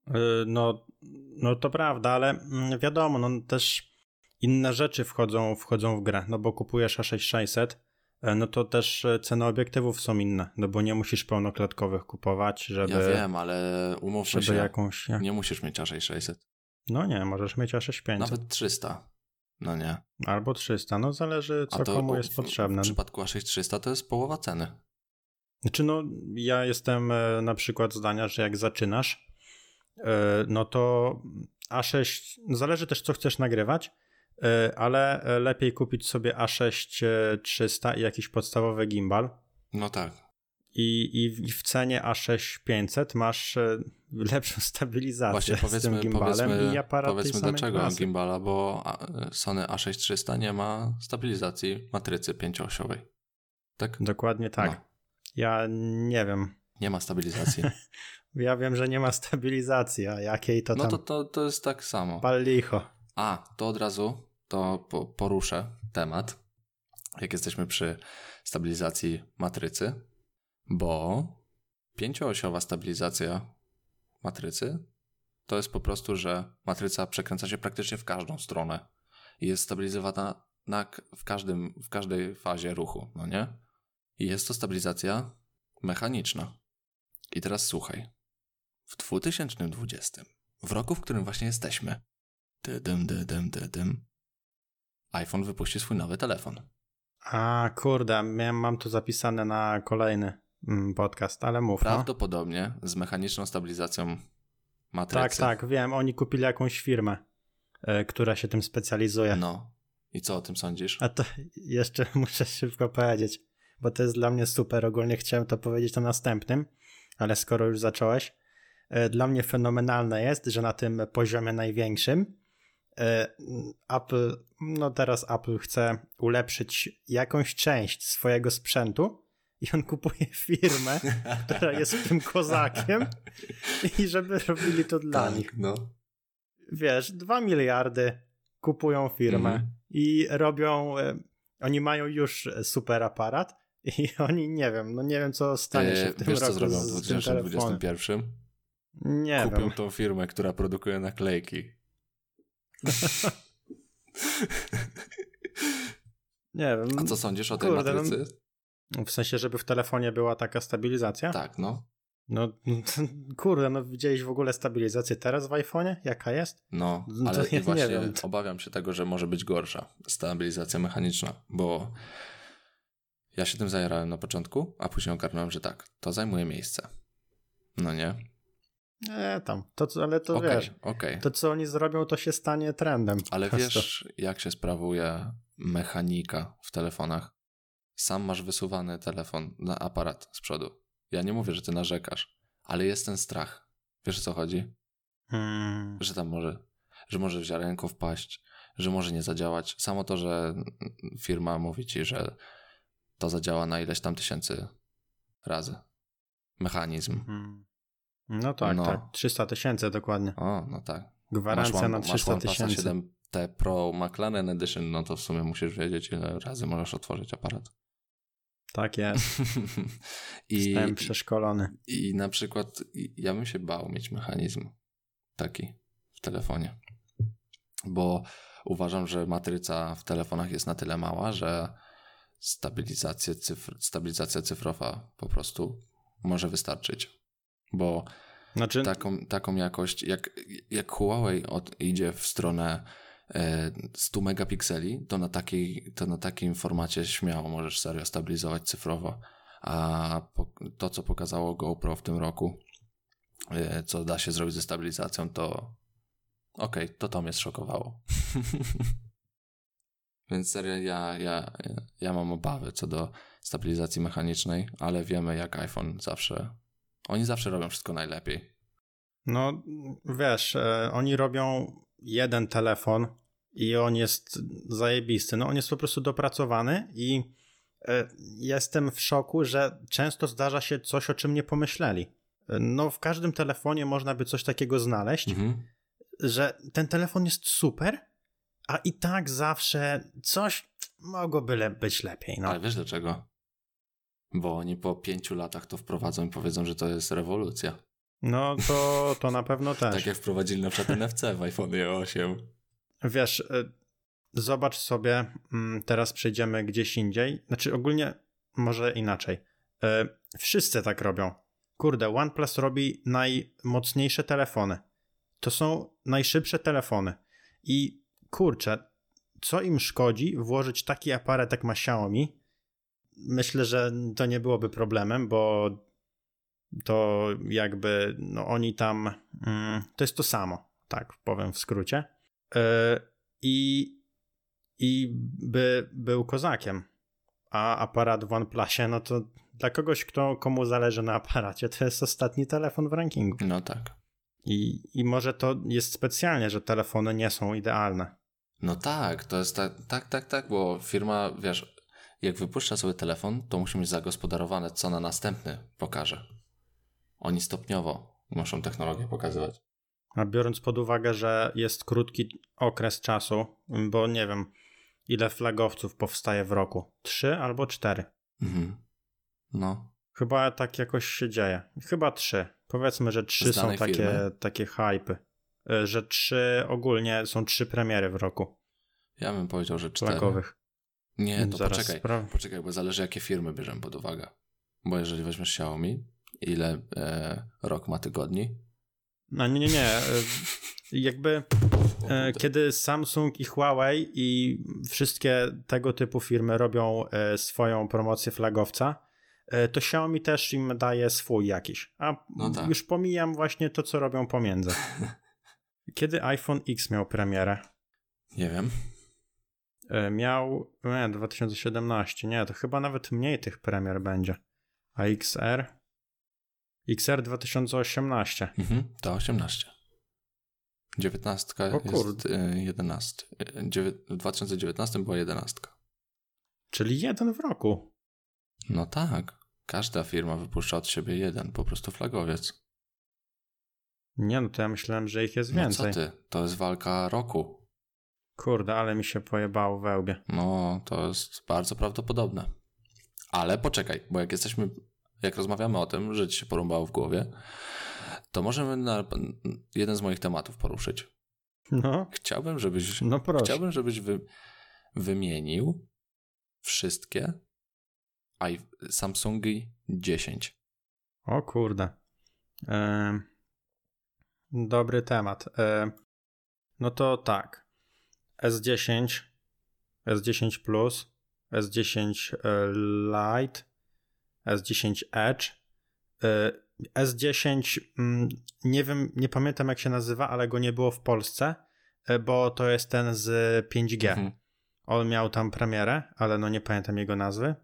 No, no to prawda, ale wiadomo, no też inne rzeczy wchodzą, wchodzą w grę, no bo kupujesz A sześć sześćset, no to też ceny obiektywów są inne, no bo nie musisz pełnoklatkowych kupować, żeby... Ja wiem, ale umówmy się, jakąś... nie musisz mieć A sześć sześćset. No nie, możesz mieć A sześć pięćset. Nawet trzysta, no nie. Albo trzysta, no zależy co komu jest w, potrzebne. W przypadku A sześć trzysta to jest połowa ceny. Znaczy no, ja jestem na przykład zdania, że jak zaczynasz, no to A sześć, zależy też co chcesz nagrywać, ale lepiej kupić sobie A sześć trzysta i jakiś podstawowy gimbal. No tak. I, i w cenie A sześć pięćset masz lepszą stabilizację. Właśnie powiedzmy, z tym gimbalem powiedzmy, i aparaty powiedzmy samej dlaczego klasy. gimbala, bo Sony A sześć trzysta nie ma stabilizacji matrycy pięcioosiowej. Tak? Dokładnie tak. No. Ja nie wiem. Nie ma stabilizacji. Ja wiem, że nie ma stabilizacji, a jakiej to no tam... No to, to, to jest tak samo. Pal licho. A, to od razu to po, poruszę temat, jak jesteśmy przy stabilizacji matrycy, bo pięcioosiowa stabilizacja matrycy to jest po prostu, że matryca przekręca się praktycznie w każdą stronę i jest stabilizowana na, w, każdym, w każdej fazie ruchu, no nie? I jest to stabilizacja mechaniczna. I teraz słuchaj. W dwa tysiące dwudziestym, w roku, w którym właśnie jesteśmy, dydym, dydym, dydym, iPhone wypuści swój nowy telefon. A, kurde, miałem, mam tu zapisane na kolejny mm, podcast, ale mów. Prawdopodobnie no. z mechaniczną stabilizacją matrycy. Tak, tak, wiem, oni kupili jakąś firmę, y, która się tym specjalizuje. No. I co o tym sądzisz? A to jeszcze muszę szybko powiedzieć, bo to jest dla mnie super. Ogólnie chciałem to powiedzieć na następnym, ale skoro już zacząłeś, y, dla mnie fenomenalne jest, że na tym poziomie największym Apple, no teraz Apple chce ulepszyć jakąś część swojego sprzętu i on kupuje firmę, która jest tym kozakiem i żeby robili to dla tak, nich. No. Wiesz, dwa miliardy kupują firmę mm. i robią, oni mają już super aparat i oni nie wiem, no nie wiem co stanie się w tym Wiesz, roku co zrobią w z dwa tysiące dwudziestym pierwszym? Nie Kupią wiem. tą firmę, która produkuje naklejki. Nie wiem. A co sądzisz o tej Kurde, matrycy? No, w sensie, żeby w telefonie była taka stabilizacja? Tak, no. No, kurde, no widziałeś w ogóle stabilizację teraz w iPhone'ie? Jaka jest? No, No ale ja i właśnie nie wiem. obawiam się tego, że może być gorsza stabilizacja mechaniczna, bo ja się tym zajarałem na początku, a później ogarnąłem, że tak, to zajmuje miejsce. No nie? Nie, tam, to, ale to okay, wiesz, okay. to co oni zrobią, to się stanie trendem. Ale wiesz, jak się sprawuje mechanika w telefonach? Sam masz wysuwany telefon na aparat z przodu. Ja nie mówię, że ty narzekasz, ale jest ten strach. Wiesz o co chodzi? Hmm. Że tam może, że może ziarenko wpaść, że może nie zadziałać. Samo to, że firma mówi ci, że to zadziała na ileś tam tysięcy razy. Mechanizm. Hmm. No tak, no. tak. trzysta tysięcy dokładnie. O, no tak. Gwarancja masz na trzysta tysięcy. siedem T Pro McLaren Edition, no to w sumie musisz wiedzieć, ile razy możesz otworzyć aparat. Tak jest. I, Zostałem przeszkolony. I, I na przykład ja bym się bał mieć mechanizm taki w telefonie, bo uważam, że matryca w telefonach jest na tyle mała, że stabilizacja, cyfr, stabilizacja cyfrowa po prostu może wystarczyć, bo znaczy... taką, taką jakość, jak, jak Huawei od, idzie w stronę stu megapikseli, to na takiej, to na takim formacie śmiało możesz serio stabilizować cyfrowo. A po, to, co pokazało GoPro w tym roku, co da się zrobić ze stabilizacją, to okej, okay, to to mnie zszokowało. Więc serio, ja, ja, ja mam obawy co do stabilizacji mechanicznej, ale wiemy, jak iPhone zawsze... Oni zawsze robią wszystko najlepiej. No, wiesz, e, oni robią jeden telefon i on jest zajebisty. No, on jest po prostu dopracowany i e, jestem w szoku, że często zdarza się coś, o czym nie pomyśleli. E, no, w każdym telefonie można by coś takiego znaleźć, mhm. że ten telefon jest super, a i tak zawsze coś mogłoby le- być lepiej. No. Ale wiesz dlaczego? Bo oni po pięciu latach to wprowadzą i powiedzą, że to jest rewolucja. No to, to na pewno też. Tak jak wprowadzili na przykład N F C w iPhone osiem. Wiesz, zobacz sobie, teraz przejdziemy gdzieś indziej. Znaczy ogólnie może inaczej. Wszyscy tak robią. Kurde, OnePlus robi najmocniejsze telefony. To są najszybsze telefony. I kurczę, co im szkodzi włożyć taki aparat jak ma Xiaomi? Myślę, że to nie byłoby problemem, bo to jakby no oni tam, mm, to jest to samo, tak powiem w skrócie. Yy, i, I by był kozakiem. A aparat w OnePlusie, no to dla kogoś, kto, komu zależy na aparacie, to jest ostatni telefon w rankingu. No tak. I, I może to jest specjalnie, że telefony nie są idealne. No tak, to jest tak, tak, tak, tak, bo firma, wiesz, jak wypuszcza sobie telefon, to musi mieć zagospodarowane, co na następny pokaże. Oni stopniowo muszą technologię pokazywać. A biorąc pod uwagę, że jest krótki okres czasu, bo nie wiem, ile flagowców powstaje w roku? Trzy albo cztery? Mhm. No. Chyba tak jakoś się dzieje. Chyba trzy. Powiedzmy, że trzy są takie, takie hypy. Że trzy, ogólnie są trzy premiery w roku. Ja bym powiedział, że cztery. Flagowych. Nie, to Zaraz poczekaj, spra- poczekaj, bo zależy jakie firmy bierzemy pod uwagę. Bo jeżeli weźmiesz Xiaomi, ile e, rok ma tygodni? No nie, nie, nie. E, jakby e, kiedy Samsung i Huawei i wszystkie tego typu firmy robią e, swoją promocję flagowca, e, to Xiaomi też im daje swój jakiś. A no tak. Już pomijam właśnie to, co robią pomiędzy. Kiedy iPhone X miał premierę? Nie wiem. Miał nie, dwa tysiące siedemnaście, nie, to chyba nawet mniej tych premier będzie. A X R? X R dwa tysiące osiemnaście. Mhm, to osiemnaście. dziewiętnastka jest jedenaście. W dwa tysiące dziewiętnastym była jedenastka. Czyli jeden w roku. No tak. Każda firma wypuszcza od siebie jeden, po prostu flagowiec. Nie, no to ja myślałem, że ich jest więcej. No co ty? To jest walka roku. Kurde, ale mi się pojebało we łbie. No, to jest bardzo prawdopodobne. Ale poczekaj, bo jak jesteśmy, jak rozmawiamy o tym, że ci się porąbało w głowie, to możemy na jeden z moich tematów poruszyć. No. Chciałbym, żebyś, no proszę. Chciałbym, żebyś wy, wymienił wszystkie i Samsungi dziesięć. O kurde. E, dobry temat. E, no to tak. S dziesięć, S dziesięć Plus, S dziesięć Lite, S dziesięć Edge, S dziesięć, nie wiem, nie pamiętam jak się nazywa, ale go nie było w Polsce, bo to jest ten z pięć G. Mhm. On miał tam premierę, ale no nie pamiętam jego nazwy.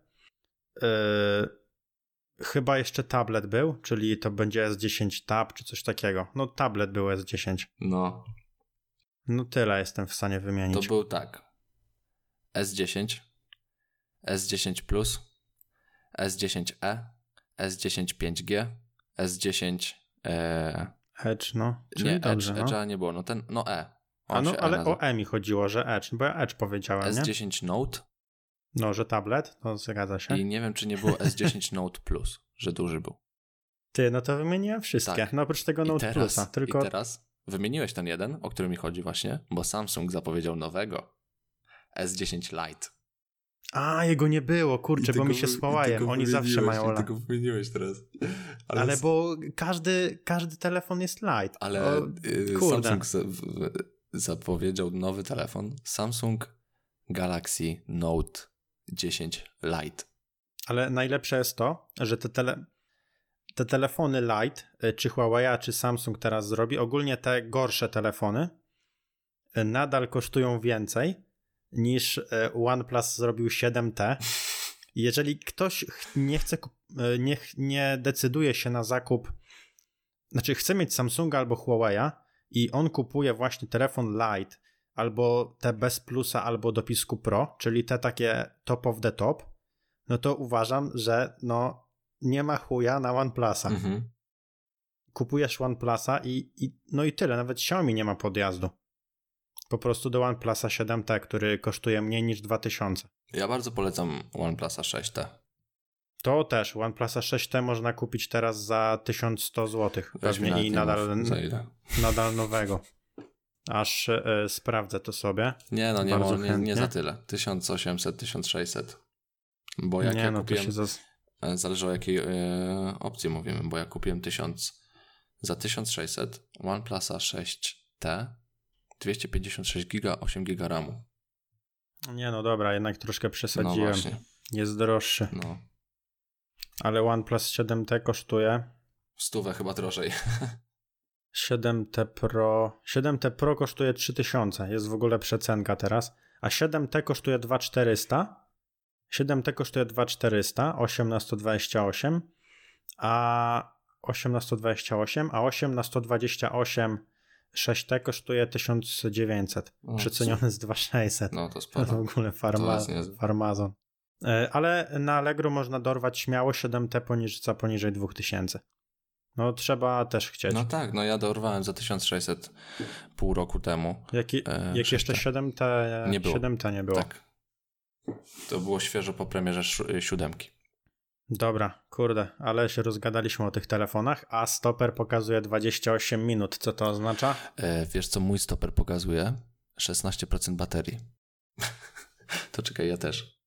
Chyba jeszcze tablet był, czyli to będzie S dziesięć Tab czy coś takiego. No tablet był S dziesięć. No. No tyle jestem w stanie wymienić. To był tak. S dziesięć, S dziesięć Plus, S dziesięć e, S dziesięć pięć G, S dziesięć e... Edge, no. Czyli nie, dobrze, Edge, no. Edge'a nie było, no ten, no E. A no, ale o E mi chodziło, że Edge, bo ja Edge powiedziałem, S dziesięć nie? Note. No, że tablet, to zgadza się. I nie wiem, czy nie było S dziesięć Note Plus, że duży był. Ty, no to wymieniłem wszystkie, tak. No oprócz tego Note teraz, Plusa. Tylko... I teraz wymieniłeś ten jeden, o który mi chodzi właśnie, bo Samsung zapowiedział nowego S dziesięć Lite. A, jego nie było, kurczę, bo mi się słałajem. Oni zawsze mają Lite. Tylko wymieniłeś teraz. Ale, Ale bo każdy, każdy telefon jest Lite. Ale o, Samsung za, w, zapowiedział nowy telefon. Samsung Galaxy Note dziesięć Lite. Ale najlepsze jest to, że te, tele, te telefony Lite, czy Huawei, czy Samsung teraz zrobi, ogólnie te gorsze telefony nadal kosztują więcej niż OnePlus zrobił siedem T. Jeżeli ktoś nie chce, nie, nie decyduje się na zakup, znaczy chce mieć Samsunga albo Huawei i on kupuje właśnie telefon Lite albo te bez plusa albo dopisku Pro, czyli te takie top of the top, no to uważam, że no nie ma chuja na OnePlusa. Mhm. Kupujesz OnePlusa i, i no i tyle, nawet Xiaomi nie ma podjazdu. Po prostu do OnePlusa siedem T, który kosztuje mniej niż dwa tysiące. Ja bardzo polecam OnePlusa sześć T. To też, OnePlusa sześć T można kupić teraz za tysiąc sto złotych pewnie i nadal, za ile? nadal nowego. Aż y, sprawdzę to sobie. Nie no, nie, mo, nie, nie za tyle. tysiąc osiemset, tysiąc sześćset. Bo jak nie, ja no kupiłem, to się zas... zależy o jakiej y, opcji mówimy, bo ja kupiłem tysiąc za tysiąc sześćset OnePlusa sześć T, dwieście pięćdziesiąt sześć giga, osiem giga ramu. Nie no dobra, jednak troszkę przesadziłem. No właśnie. Jest droższy. No. Ale OnePlus siedem T kosztuje... Stówę chyba drożej. siedem T Pro... siedem T Pro kosztuje trzy tysiące. Jest w ogóle przecenka teraz. A siedem T kosztuje dwa tysiące czterysta. siedem T kosztuje dwa tysiące czterysta. osiem na sto dwadzieścia osiem. A osiem na sto dwadzieścia osiem. A osiem na sto dwadzieścia osiem sześć T kosztuje tysiąc dziewięćset. No, przeceniony z dwa tysiące sześćset. No to sporo. To w ogóle farma, farmazon. Ale na Allegro można dorwać śmiało siedem T poniżej, za poniżej dwa tysiące. No trzeba też chcieć. No tak, no ja dorwałem za tysiąc sześćset pół roku temu. Jaki, e, jak jeszcze siedem T nie było. siedem T nie było. Tak. To było świeżo po premierze siódemki. Dobra, kurde, ale się rozgadaliśmy o tych telefonach, a stoper pokazuje dwadzieścia osiem minut. Co to oznacza? E, wiesz co mój stoper pokazuje? szesnaście procent baterii. To czekaj, ja też.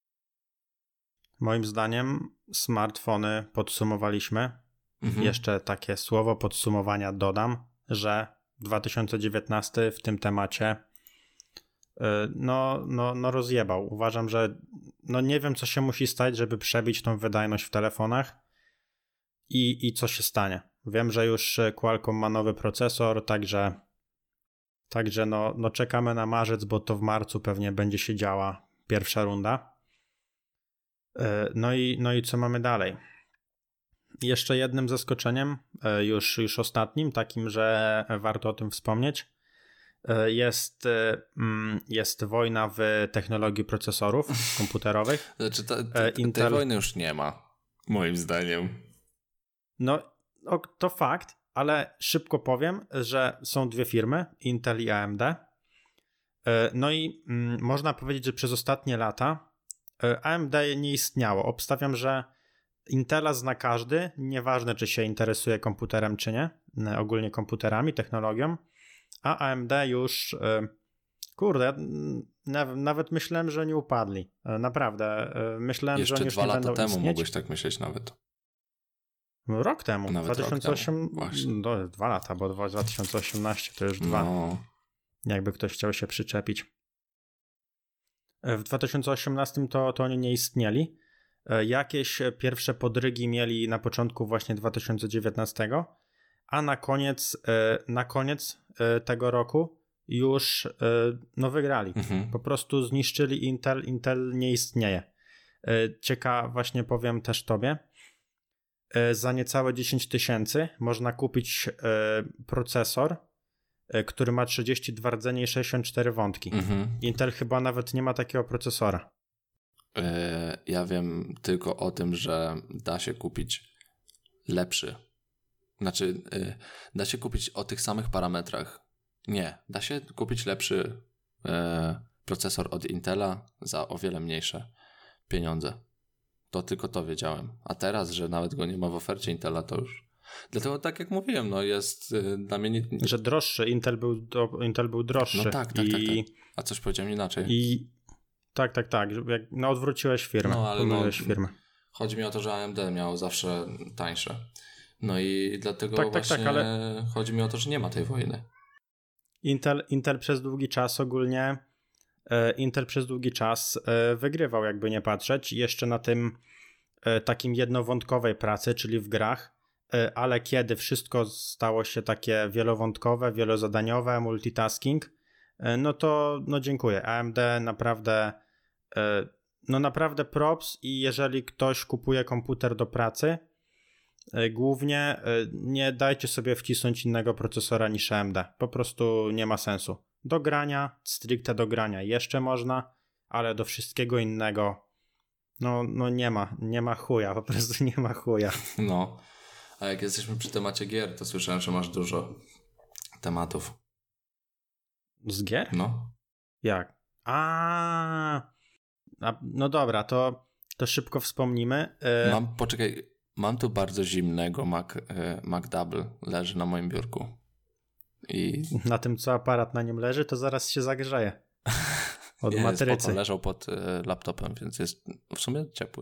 Moim zdaniem smartfony podsumowaliśmy. Mhm. Jeszcze takie słowo podsumowania dodam, że dwa tysiące dziewiętnasty w tym temacie no, no, no rozjebał. Uważam, że no nie wiem, co się musi stać, żeby przebić tą wydajność w telefonach i, i co się stanie. Wiem, że już Qualcomm ma nowy procesor, także także no, no czekamy na marzec, bo to w marcu pewnie będzie się działa pierwsza runda. No i, no i co mamy dalej? Jeszcze jednym zaskoczeniem, już, już ostatnim, takim, że warto o tym wspomnieć, jest, jest wojna w technologii procesorów komputerowych. Znaczy ta, ta, Intel... tej wojny już nie ma, moim zdaniem. No, to fakt, ale szybko powiem, że są dwie firmy, Intel i A M D. No i można powiedzieć, że przez ostatnie lata A M D nie istniało. Obstawiam, że Intela zna każdy, nieważne czy się interesuje komputerem czy nie, ogólnie komputerami, technologią, a A M D już, kurde, nawet myślałem, że nie upadli, naprawdę, myślałem, Jeszcze że oni już dwa nie lata będą temu istnieć. mogłeś tak myśleć nawet. Rok temu, nawet dwa tysiące osiem, rok temu. No, dwa lata, bo dwa tysiące osiemnaście to już dwa, no. Jakby ktoś chciał się przyczepić. W dwa tysiące osiemnastym to, to oni nie istnieli. Jakieś pierwsze podrygi mieli na początku właśnie dwa tysiące dziewiętnastego, a na koniec, na koniec tego roku już no wygrali. Mhm. Po prostu zniszczyli Intel. Intel nie istnieje. Ciekawe, właśnie powiem też tobie, za niecałe dziesięć tysięcy można kupić procesor, który ma trzydzieści dwa rdzenie i sześćdziesiąt cztery wątki. Mhm. Intel chyba nawet nie ma takiego procesora. Ja wiem tylko o tym, że da się kupić lepszy. Znaczy, da się kupić o tych samych parametrach. Nie, da się kupić lepszy procesor od Intela za o wiele mniejsze pieniądze. To tylko to wiedziałem. A teraz, że nawet go nie ma w ofercie Intela, to już... Dlatego tak jak mówiłem, no jest dla mnie... Nie... Że droższy, Intel był, do... Intel był droższy. No tak, tak, i... tak, tak. A coś powiedziałem inaczej. I... Tak, tak, tak. No odwróciłeś firmę. No ale no, firmę. chodzi mi o to, że A M D miało zawsze tańsze. No i dlatego tak, właśnie tak, tak, ale... chodzi mi o to, że nie ma tej wojny. Intel, Intel przez długi czas ogólnie Intel przez długi czas wygrywał, jakby nie patrzeć. Jeszcze na tym takim jednowątkowej pracy, czyli w grach, ale kiedy wszystko stało się takie wielowątkowe, wielozadaniowe, multitasking, no to no dziękuję. A M D naprawdę no naprawdę props i jeżeli ktoś kupuje komputer do pracy, głównie nie dajcie sobie wcisnąć innego procesora niż A M D. Po prostu nie ma sensu. Do grania, stricte do grania jeszcze można, ale do wszystkiego innego no, no nie ma, nie ma chuja, po prostu nie ma chuja. No, a jak jesteśmy przy temacie gier, to słyszałem, że masz dużo tematów. Z gier? No. Jak? A, a no dobra, to, to szybko wspomnimy. Mam, poczekaj, mam tu bardzo zimnego Mac, Mac Double, leży na moim biurku. I... Na tym, co aparat na nim leży, to zaraz się zagrzeje. Od nie, matrycy. Spoko, leżał pod laptopem, więc jest w sumie ciepły.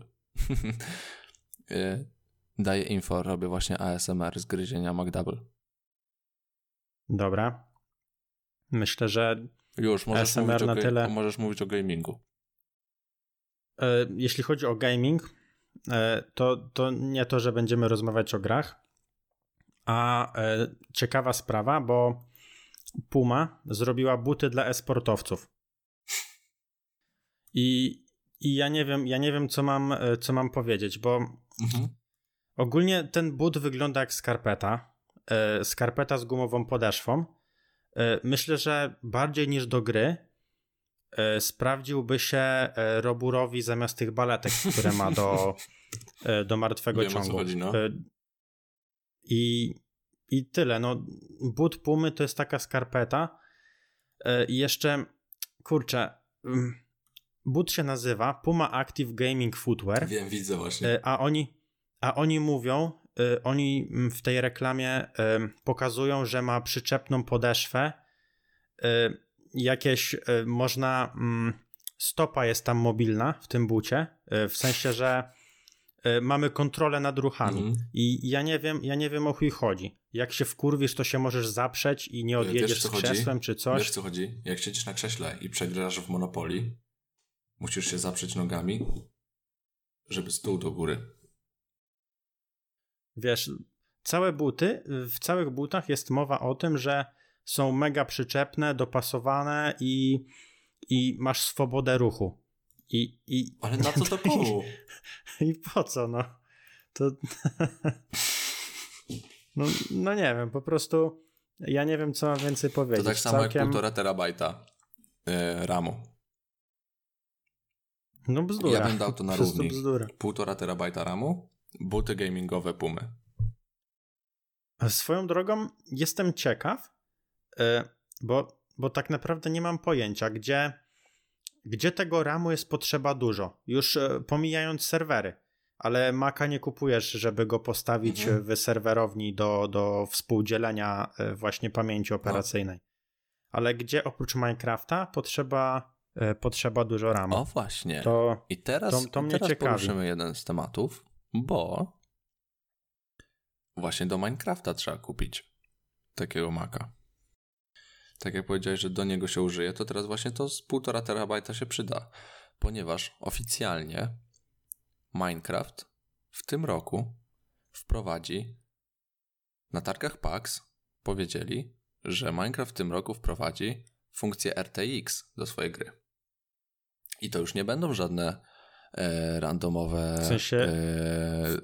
Daję info, robię właśnie A S M R z gryzienia Mac Double. Dobra. Myślę, że już możesz, A S M R mówić, na o ga- tyle... możesz mówić o gamingu. Jeśli chodzi o gaming, to, to nie to, że będziemy rozmawiać o grach, a ciekawa sprawa, bo Puma zrobiła buty dla e-sportowców. I, i ja nie wiem, ja nie wiem, co mam, co mam powiedzieć, bo mhm. ogólnie ten but wygląda jak skarpeta. Skarpeta z gumową podeszwą. Myślę, że bardziej niż do gry sprawdziłby się Roburowi zamiast tych baletek, które ma do, do martwego Wiem, ciągu. O co chodzi, no. I, I tyle. No, but Pumy to jest taka skarpeta. I jeszcze, kurczę, but się nazywa Puma Active Gaming Footwear. Wiem, widzę właśnie. A oni, a oni mówią, oni w tej reklamie pokazują, że ma przyczepną podeszwę. Jakieś można, stopa jest tam mobilna w tym bucie, w sensie, że mamy kontrolę nad ruchami. Mm. I ja nie wiem, ja nie wiem o chuj chodzi. Jak się wkurwisz, to się możesz zaprzeć i nie odjedziesz Wiesz, z krzesłem chodzi? czy coś. Wiesz, co chodzi? Jak siedzisz na krześle i przegrasz w Monopoly, musisz się zaprzeć nogami, żeby stół do góry. Wiesz, całe buty, w całych butach jest mowa o tym, że są mega przyczepne, dopasowane i, i masz swobodę ruchu. I, i, Ale na co to komu? I, I po co, no? To... no, no nie wiem, po prostu ja nie wiem, co mam więcej powiedzieć. To tak samo Całkiem... jak półtora terabajta yy, ramu. No bzdura. Ja bym dał to na równi. Bzdura. Półtora terabajta ramu, buty gamingowe Pumy. Swoją drogą jestem ciekaw, bo, bo tak naprawdę nie mam pojęcia, gdzie, gdzie tego ramu jest potrzeba dużo. Już pomijając serwery, ale Maca nie kupujesz, żeby go postawić mhm. w serwerowni do, do współdzielenia właśnie pamięci operacyjnej. No. Ale gdzie oprócz Minecrafta potrzeba, potrzeba dużo ramu. O właśnie. To, I teraz, to, to mnie teraz ciekawi. poruszymy jeden z tematów, bo właśnie do Minecrafta trzeba kupić takiego Maca. Tak jak powiedziałeś, że do niego się użyje, to teraz właśnie to z półtora terabajta się przyda, ponieważ oficjalnie Minecraft w tym roku wprowadzi na targach PAX powiedzieli, że Minecraft w tym roku wprowadzi funkcję R T X do swojej gry. I to już nie będą żadne e, randomowe w sensie... e,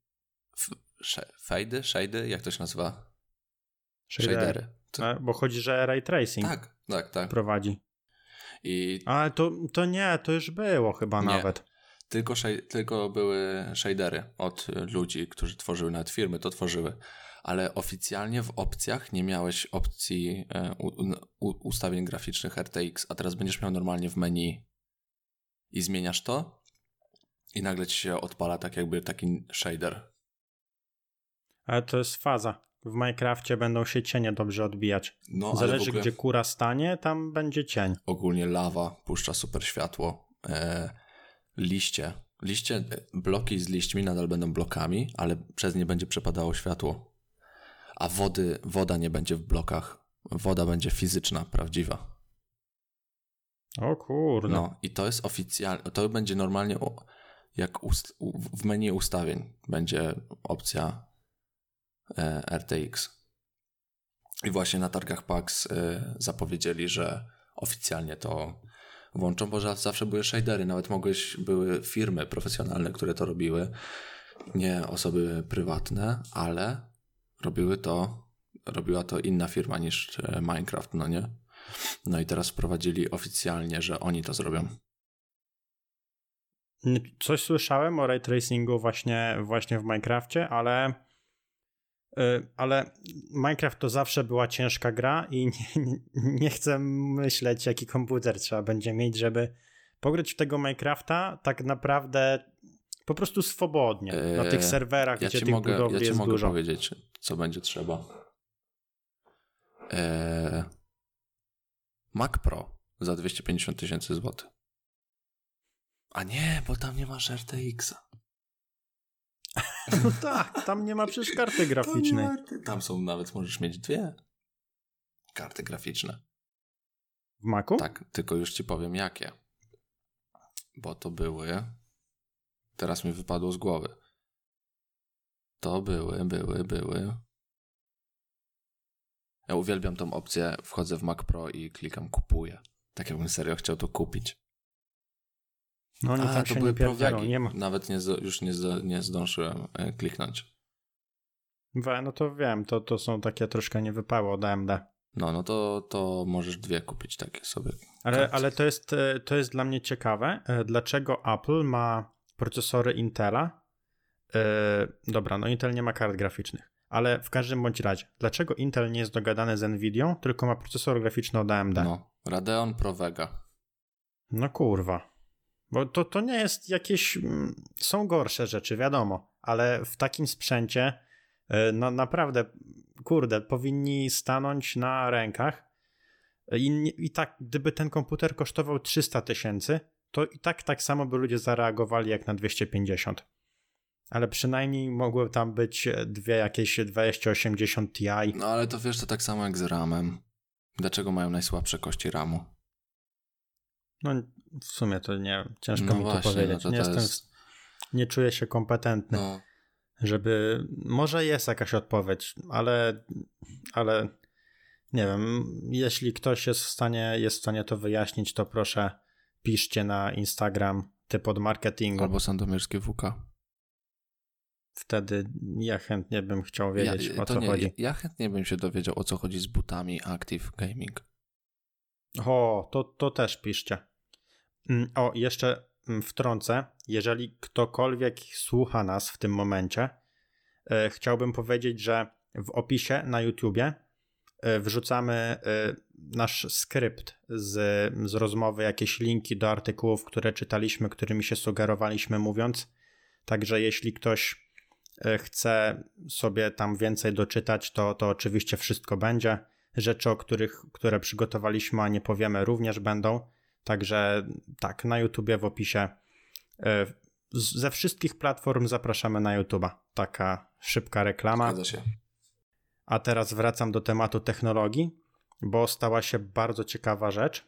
Fejdy? Shady? Jak to się nazywa? Shadery. To... Bo chodzi, że ray tracing tak, tak, tak. prowadzi. I... Ale to, to nie, to już było chyba nie. nawet. Tylko, tylko były shadery od ludzi, którzy tworzyły, nawet firmy to tworzyły. Ale oficjalnie w opcjach nie miałeś opcji e, u, u, ustawień graficznych R T X, a teraz będziesz miał normalnie w menu i zmieniasz to i nagle ci się odpala tak jakby taki shader. Ale to jest faza. W Minecrafcie będą się cienie dobrze odbijać. No, Zależy, ogóle... gdzie kura stanie, tam będzie cień. Ogólnie lawa puszcza super światło. E, liście. Liście, bloki z liśćmi nadal będą blokami, ale przez nie będzie przepadało światło. A wody, woda nie będzie w blokach. Woda będzie fizyczna, prawdziwa. O kurde. No i to jest oficjalnie, to będzie normalnie jak ust- w menu ustawień będzie opcja R T X. I właśnie na targach PAX zapowiedzieli, że oficjalnie to włączą, bo zawsze były shadery, nawet mogłeś, były firmy profesjonalne, które to robiły, nie osoby prywatne, ale robiły to, robiła to inna firma niż Minecraft, no nie? No i teraz wprowadzili oficjalnie, że oni to zrobią. Coś słyszałem o ray tracingu właśnie, właśnie w Minecrafcie, ale ale Minecraft to zawsze była ciężka gra i nie, nie, nie chcę myśleć, jaki komputer trzeba będzie mieć, żeby pograć w tego Minecrafta tak naprawdę po prostu swobodnie eee, na tych serwerach, ja gdzie ci tych mogę, budowli ja ci jest mogę dużo. powiedzieć, co będzie trzeba. Eee, Mac Pro za dwieście pięćdziesiąt tysięcy złotych. A nie, bo tam nie masz R T X-a. No tak, tam nie ma przecież karty graficznej. Tam, tam są nawet, możesz mieć dwie karty graficzne. W Macu? Tak, tylko już ci powiem jakie. Bo to były... Teraz mi wypadło z głowy. To były, były, były... Ja uwielbiam tą opcję, wchodzę w Mac Pro i klikam kupuję. Tak jakbym serio chciał to kupić. No oni A, tam to się były nie pierdzielą, nie ma. Nawet nie, już nie, nie zdążyłem e, kliknąć. We, no to wiem, to, to są takie troszkę niewypały od A M D. No, no to, to możesz dwie kupić takie sobie. Ale, ale to, jest, to jest dla mnie ciekawe, dlaczego Apple ma procesory Intela. Yy, dobra, no Intel nie ma kart graficznych, ale w każdym bądź razie, dlaczego Intel nie jest dogadany z Nvidią, tylko ma procesor graficzny od A M D? No, Radeon Pro Vega. No kurwa. Bo to, to nie jest jakieś... Są gorsze rzeczy, wiadomo, ale w takim sprzęcie no naprawdę, kurde, powinni stanąć na rękach i, i tak, gdyby ten komputer kosztował trzysta tysięcy, to i tak tak samo by ludzie zareagowali jak na dwieście pięćdziesiąt. Ale przynajmniej mogły tam być dwie jakieś dwieście osiemdziesiąt Ti. No ale to wiesz, to tak samo jak z ramem. Dlaczego mają najsłabsze kości ramu? No w sumie to nie, ciężko no mi właśnie, to powiedzieć. No to nie, to jestem, jest... nie czuję się kompetentny, no. żeby... Może jest jakaś odpowiedź, ale, ale nie wiem, jeśli ktoś jest w stanie, jest w stanie to wyjaśnić, to proszę piszcie na Instagram typ od marketingu. Albo Sandomierskie W K. Wtedy ja chętnie bym chciał wiedzieć, ja, o co nie, chodzi. Ja, ja chętnie bym się dowiedział, o co chodzi z butami Active Gaming. O, to, to też piszcie. O, jeszcze wtrącę, jeżeli ktokolwiek słucha nas w tym momencie, e, chciałbym powiedzieć, że w opisie na YouTubie e, wrzucamy e, nasz skrypt z, z rozmowy, jakieś linki do artykułów, które czytaliśmy, którymi się sugerowaliśmy mówiąc. Także jeśli ktoś e, chce sobie tam więcej doczytać, to, to oczywiście wszystko będzie. Rzeczy, o których, które przygotowaliśmy, a nie powiemy, również będą. Także tak, na YouTubie w opisie. Ze wszystkich platform zapraszamy na YouTube'a. Taka szybka reklama. Zgadza się. A teraz wracam do tematu technologii, bo stała się bardzo ciekawa rzecz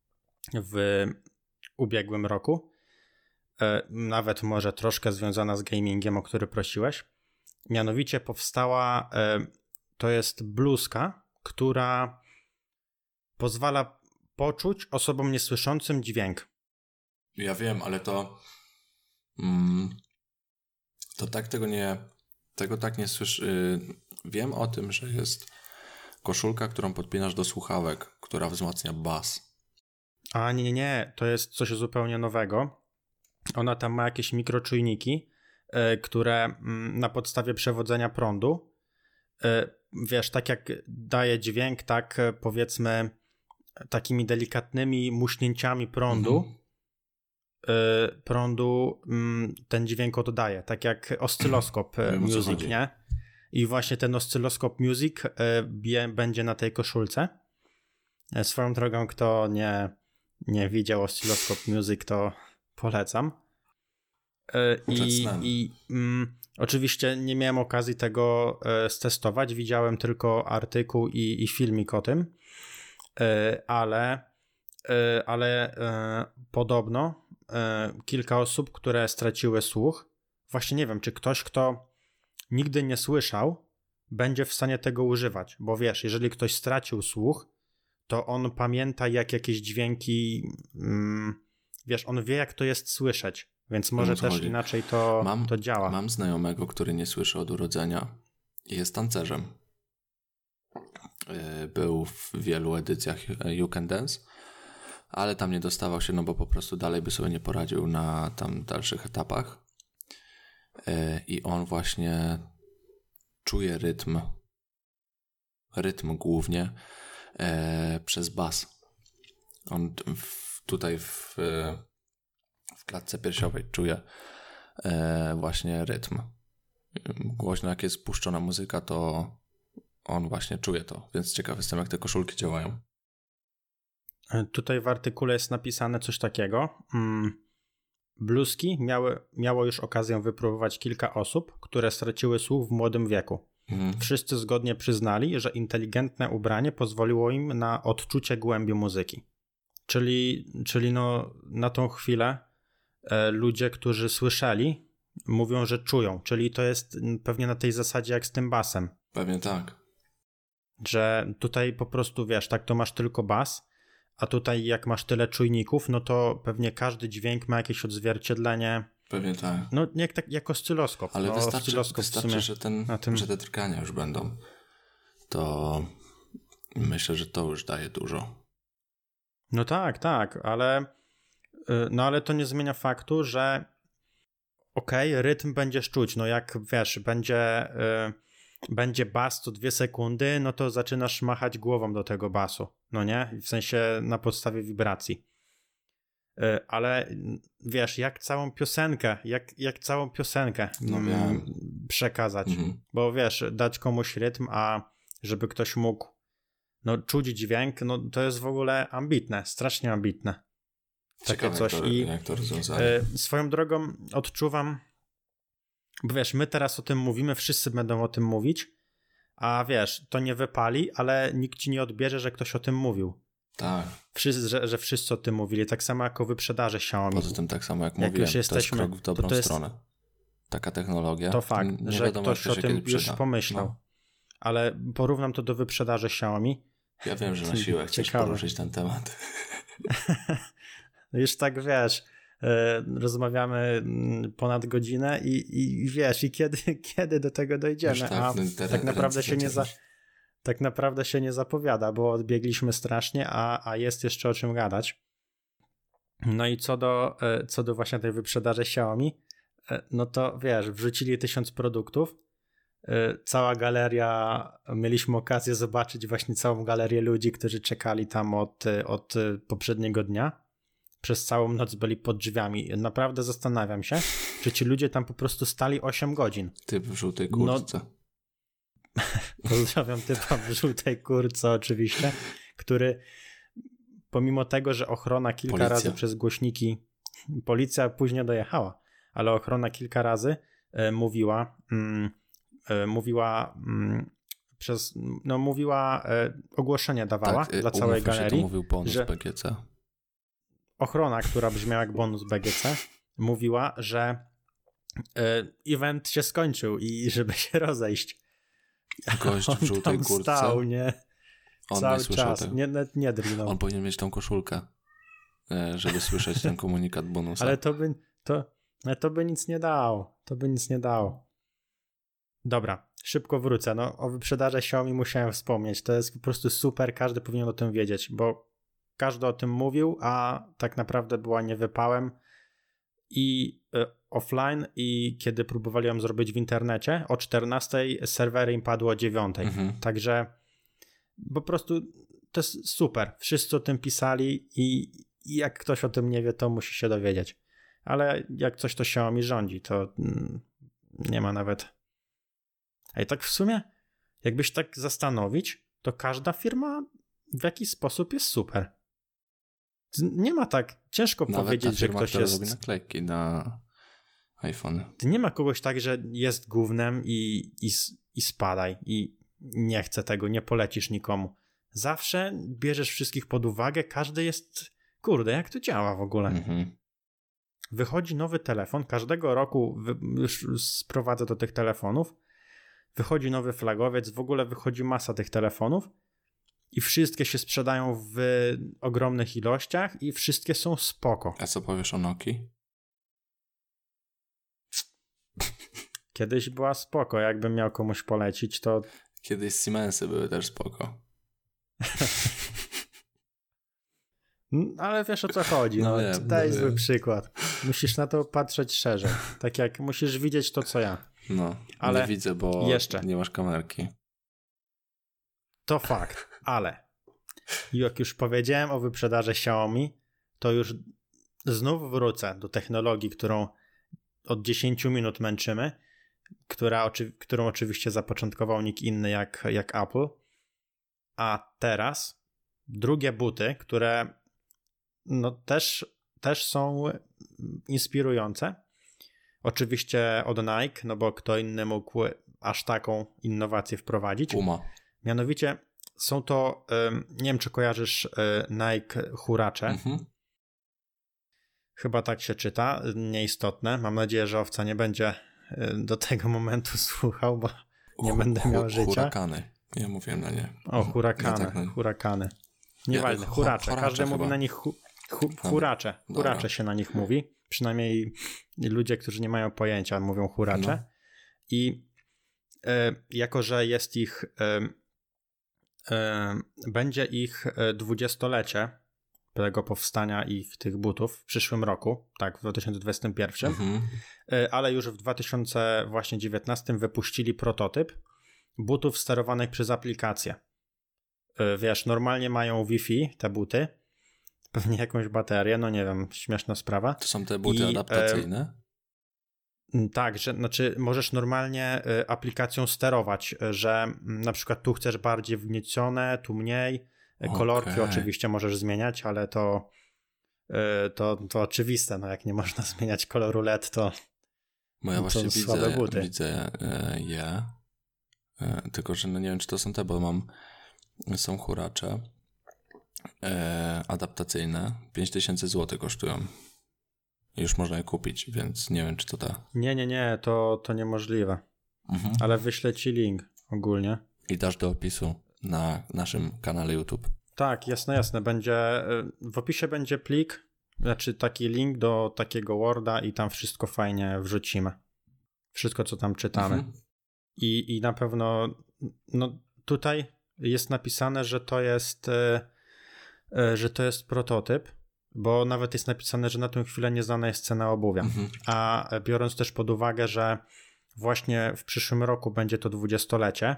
w ubiegłym roku. Nawet może troszkę związana z gamingiem, o który prosiłeś. Mianowicie powstała, to jest bluzka, która pozwala poczuć osobom niesłyszącym dźwięk. Ja wiem, ale to mm, to tak tego nie tego tak nie słyszy. Wiem o tym, że jest koszulka, którą podpinasz do słuchawek, która wzmacnia bas. A nie, nie, nie, to jest coś zupełnie nowego. Ona tam ma jakieś mikroczujniki, yy, które yy, na podstawie przewodzenia prądu, yy, wiesz, tak jak daje dźwięk, tak yy, powiedzmy takimi delikatnymi muśnięciami prądu, mhm. y, prądu y, ten dźwięk oddaje, tak jak oscyloskop wiem, Music, nie? I właśnie ten oscyloskop Music y, bie, będzie na tej koszulce. Y, swoją drogą, kto nie, nie widział oscyloskop Music, to polecam. Y, I i y, oczywiście nie miałem okazji tego y, stestować, widziałem tylko artykuł i, i filmik o tym. Ale, ale podobno kilka osób, które straciły słuch, właśnie nie wiem, czy ktoś, kto nigdy nie słyszał, będzie w stanie tego używać, bo wiesz, jeżeli ktoś stracił słuch, to on pamięta, jak jakieś dźwięki, mm, wiesz, on wie, jak to jest słyszeć, więc może też chodzi. inaczej to, mam, to działa. Mam znajomego, który nie słyszy od urodzenia i jest tancerzem. Był w wielu edycjach You Can Dance, ale tam nie dostawał się, no bo po prostu dalej by sobie nie poradził na tam dalszych etapach. I on właśnie czuje rytm, rytm głównie e, przez bas. On w, tutaj w, w klatce piersiowej czuje e, właśnie rytm. Głośno jak jest puszczona muzyka, to on właśnie czuje to, więc ciekaw jestem, jak te koszulki działają. Tutaj w artykule jest napisane coś takiego. Bluzki miały, miało już okazję wypróbować kilka osób, które straciły słuch w młodym wieku. Mhm. Wszyscy zgodnie przyznali, że inteligentne ubranie pozwoliło im na odczucie głębi muzyki. Czyli, czyli no, na tą chwilę e, ludzie, którzy słyszeli, mówią, że czują. Czyli to jest pewnie na tej zasadzie jak z tym basem. Pewnie tak. Że tutaj po prostu, wiesz, tak to masz tylko bas, a tutaj jak masz tyle czujników, no to pewnie każdy dźwięk ma jakieś odzwierciedlenie. Pewnie tak. No jak, tak, jak oscyloskop. Ale no, wystarczy, oscyloskop wystarczy że, ten, tym... że te drgania już będą. To myślę, że to już daje dużo. No tak, tak, ale no ale to nie zmienia faktu, że okej, okay, rytm będziesz czuć, no jak wiesz, będzie... Yy, będzie bas co dwie sekundy, no to zaczynasz machać głową do tego basu, no nie? W sensie na podstawie wibracji. Ale wiesz, jak całą piosenkę, jak, jak całą piosenkę no mm, przekazać, mhm. bo wiesz, dać komuś rytm, a żeby ktoś mógł no, czuć dźwięk, no to jest w ogóle ambitne, strasznie ambitne. Takie coś. Jak to, i jak to y, swoją drogą odczuwam, bo wiesz, my teraz o tym mówimy, wszyscy będą o tym mówić, a wiesz, to nie wypali, ale nikt ci nie odbierze, że ktoś o tym mówił. Tak. Wszyscy, że, że wszyscy o tym mówili, tak samo jak o wyprzedaży Xiaomi. Poza tym tak samo jak, jak mówiłem, już jesteśmy, to jest krok w dobrą to to jest, stronę. Taka technologia. To fakt, że wiadomo, ktoś o tym już pomyślał. No. Ale porównam to do wyprzedaży Xiaomi. Ja wiem, że na siłę chcesz poruszyć ten temat. Już tak wiesz... rozmawiamy ponad godzinę i, i wiesz, i kiedy, kiedy do tego dojdziemy, tak, a te, tak naprawdę się nie za, tak naprawdę się nie zapowiada, bo odbiegliśmy strasznie, a, a jest jeszcze o czym gadać. No i co do, co do właśnie tej wyprzedaży Xiaomi, no to wiesz, wrzucili tysiąc produktów, cała galeria, mieliśmy okazję zobaczyć właśnie całą galerię ludzi, którzy czekali tam od, od poprzedniego dnia. Przez całą noc byli pod drzwiami. Naprawdę zastanawiam się, czy ci ludzie tam po prostu stali osiem godzin. Typ w żółtej kurtce. No, pozdrawiam typa w żółtej kurtce oczywiście, który pomimo tego, że ochrona kilka policja. razy przez głośniki, policja później dojechała, ale ochrona kilka razy e, mówiła, mm, e, mówiła mm, przez, no mówiła, e, ogłoszenie dawała tak, dla całej galerii, się, to mówił bonus że... B G C. Ochrona, która brzmiała jak bonus B G C, mówiła, że y, event się skończył i żeby się rozejść. Gość w żółtej on tam kurtce. Stał, nie? On Cały nie słyszał czas. tego. Nie, nie, nie drgnął. On powinien mieć tą koszulkę, żeby słyszeć ten komunikat bonusa. Ale to by, to, to by nic nie dało. To by nic nie dało. Dobra, szybko wrócę. No, o wyprzedaży Xiaomi musiałem wspomnieć. To jest po prostu super. Każdy powinien o tym wiedzieć, bo każdy o tym mówił, a tak naprawdę była niewypałem i y, offline i kiedy próbowali ją zrobić w internecie, o czternastej serwery im padło o dziewiątej. Mhm. Także po prostu to jest super. Wszyscy o tym pisali i, i jak ktoś o tym nie wie, to musi się dowiedzieć. Ale jak coś to Xiaomi rządzi, to mm, nie ma nawet... A i tak w sumie, jakbyś tak zastanowić, to każda firma w jakiś sposób jest super. Nie ma tak, ciężko nawet powiedzieć, ta firma, że ktoś która jest... robi naklejki na iPhone. Nie ma kogoś tak, że jest gównem i, i, i spadaj i nie chce tego, nie polecisz nikomu. Zawsze bierzesz wszystkich pod uwagę, każdy jest... Kurde, jak to działa w ogóle? Mhm. Wychodzi nowy telefon, każdego roku wy, już sprowadzę do tych telefonów, wychodzi nowy flagowiec, w ogóle wychodzi masa tych telefonów i wszystkie się sprzedają w ogromnych ilościach i wszystkie są spoko. A co powiesz o Nokii? Kiedyś była spoko, jakbym miał komuś polecić, to... Kiedyś Siemensy były też spoko. Ale wiesz, o co chodzi. No, no wiem, daj no zły wiem. przykład. Musisz na to patrzeć szerzej. Tak jak musisz widzieć to, co ja. No, ale nie widzę, bo jeszcze. nie masz kamerki. To fakt, ale jak już powiedziałem o wyprzedaży Xiaomi, to już znów wrócę do technologii, którą od dziesięciu minut męczymy, która, oczy, którą oczywiście zapoczątkował nikt inny jak, jak Apple. A teraz drugie buty, które no też, też są inspirujące. Oczywiście od Nike, no bo kto inny mógł aż taką innowację wprowadzić. Puma. Mianowicie są to, nie wiem czy kojarzysz Nike huracze. Mhm. Chyba tak się czyta, nieistotne. Mam nadzieję, że Owca nie będzie do tego momentu słuchał, bo nie hu, będę miał hu, życia. Hurakany. Ja mówiłem na nie. O, hurakany, ja tak na... hurakany. Nieważne, ja, huracze. Każdy chyba. mówi na nich hu, hu, huracze. Huracze Dobra. się na nich mówi. Przynajmniej ludzie, którzy nie mają pojęcia, mówią huracze. No. I e, jako, że jest ich e, e, będzie ich dwudziestolecie tego powstania ich tych butów w przyszłym roku, tak, w dwa tysiące dwudziestym pierwszym, mhm. ale już w dwa tysiące dziewiętnastym wypuścili prototyp butów sterowanych przez aplikację. Wiesz, normalnie mają Wi-Fi te buty, pewnie jakąś baterię, no nie wiem, śmieszna sprawa. To są te buty I, adaptacyjne? E, tak, że znaczy możesz normalnie aplikacją sterować, że na przykład tu chcesz bardziej wgniecione, tu mniej. Kolorki okay. oczywiście możesz zmieniać, ale to, to, to oczywiste, no jak nie można zmieniać koloru L E D, to Bo ja właśnie widzę, buty. widzę e, je, e, tylko że no nie wiem, czy to są te, bo mam, są huracze e, adaptacyjne, pięć tysięcy złotych kosztują. Już można je kupić, więc nie wiem, czy to te. Nie, nie, nie, to, to niemożliwe, mhm. ale wyślę ci link ogólnie. I dasz do opisu na naszym kanale YouTube. Tak, jasne, jasne. Będzie, w opisie będzie plik, znaczy taki link do takiego Worda i tam wszystko fajnie wrzucimy. Wszystko, co tam czytamy. Mhm. I, I na pewno no tutaj jest napisane, że to jest że to jest prototyp, bo nawet jest napisane, że na tę chwilę nieznana jest cena obuwia. Mhm. A biorąc też pod uwagę, że właśnie w przyszłym roku będzie to dwudziestolecie,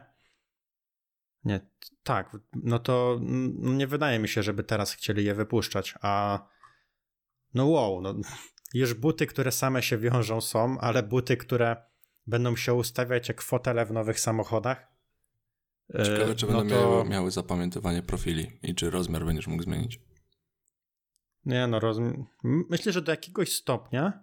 Nie, tak, no to no nie wydaje mi się, żeby teraz chcieli je wypuszczać, a no wow, no już buty, które same się wiążą są, ale buty, które będą się ustawiać jak fotele w nowych samochodach. Ciekawe, czy no będą to... miały, miały zapamiętywanie profili i czy rozmiar będziesz mógł zmienić. Nie no, rozmi... myślę, że do jakiegoś stopnia.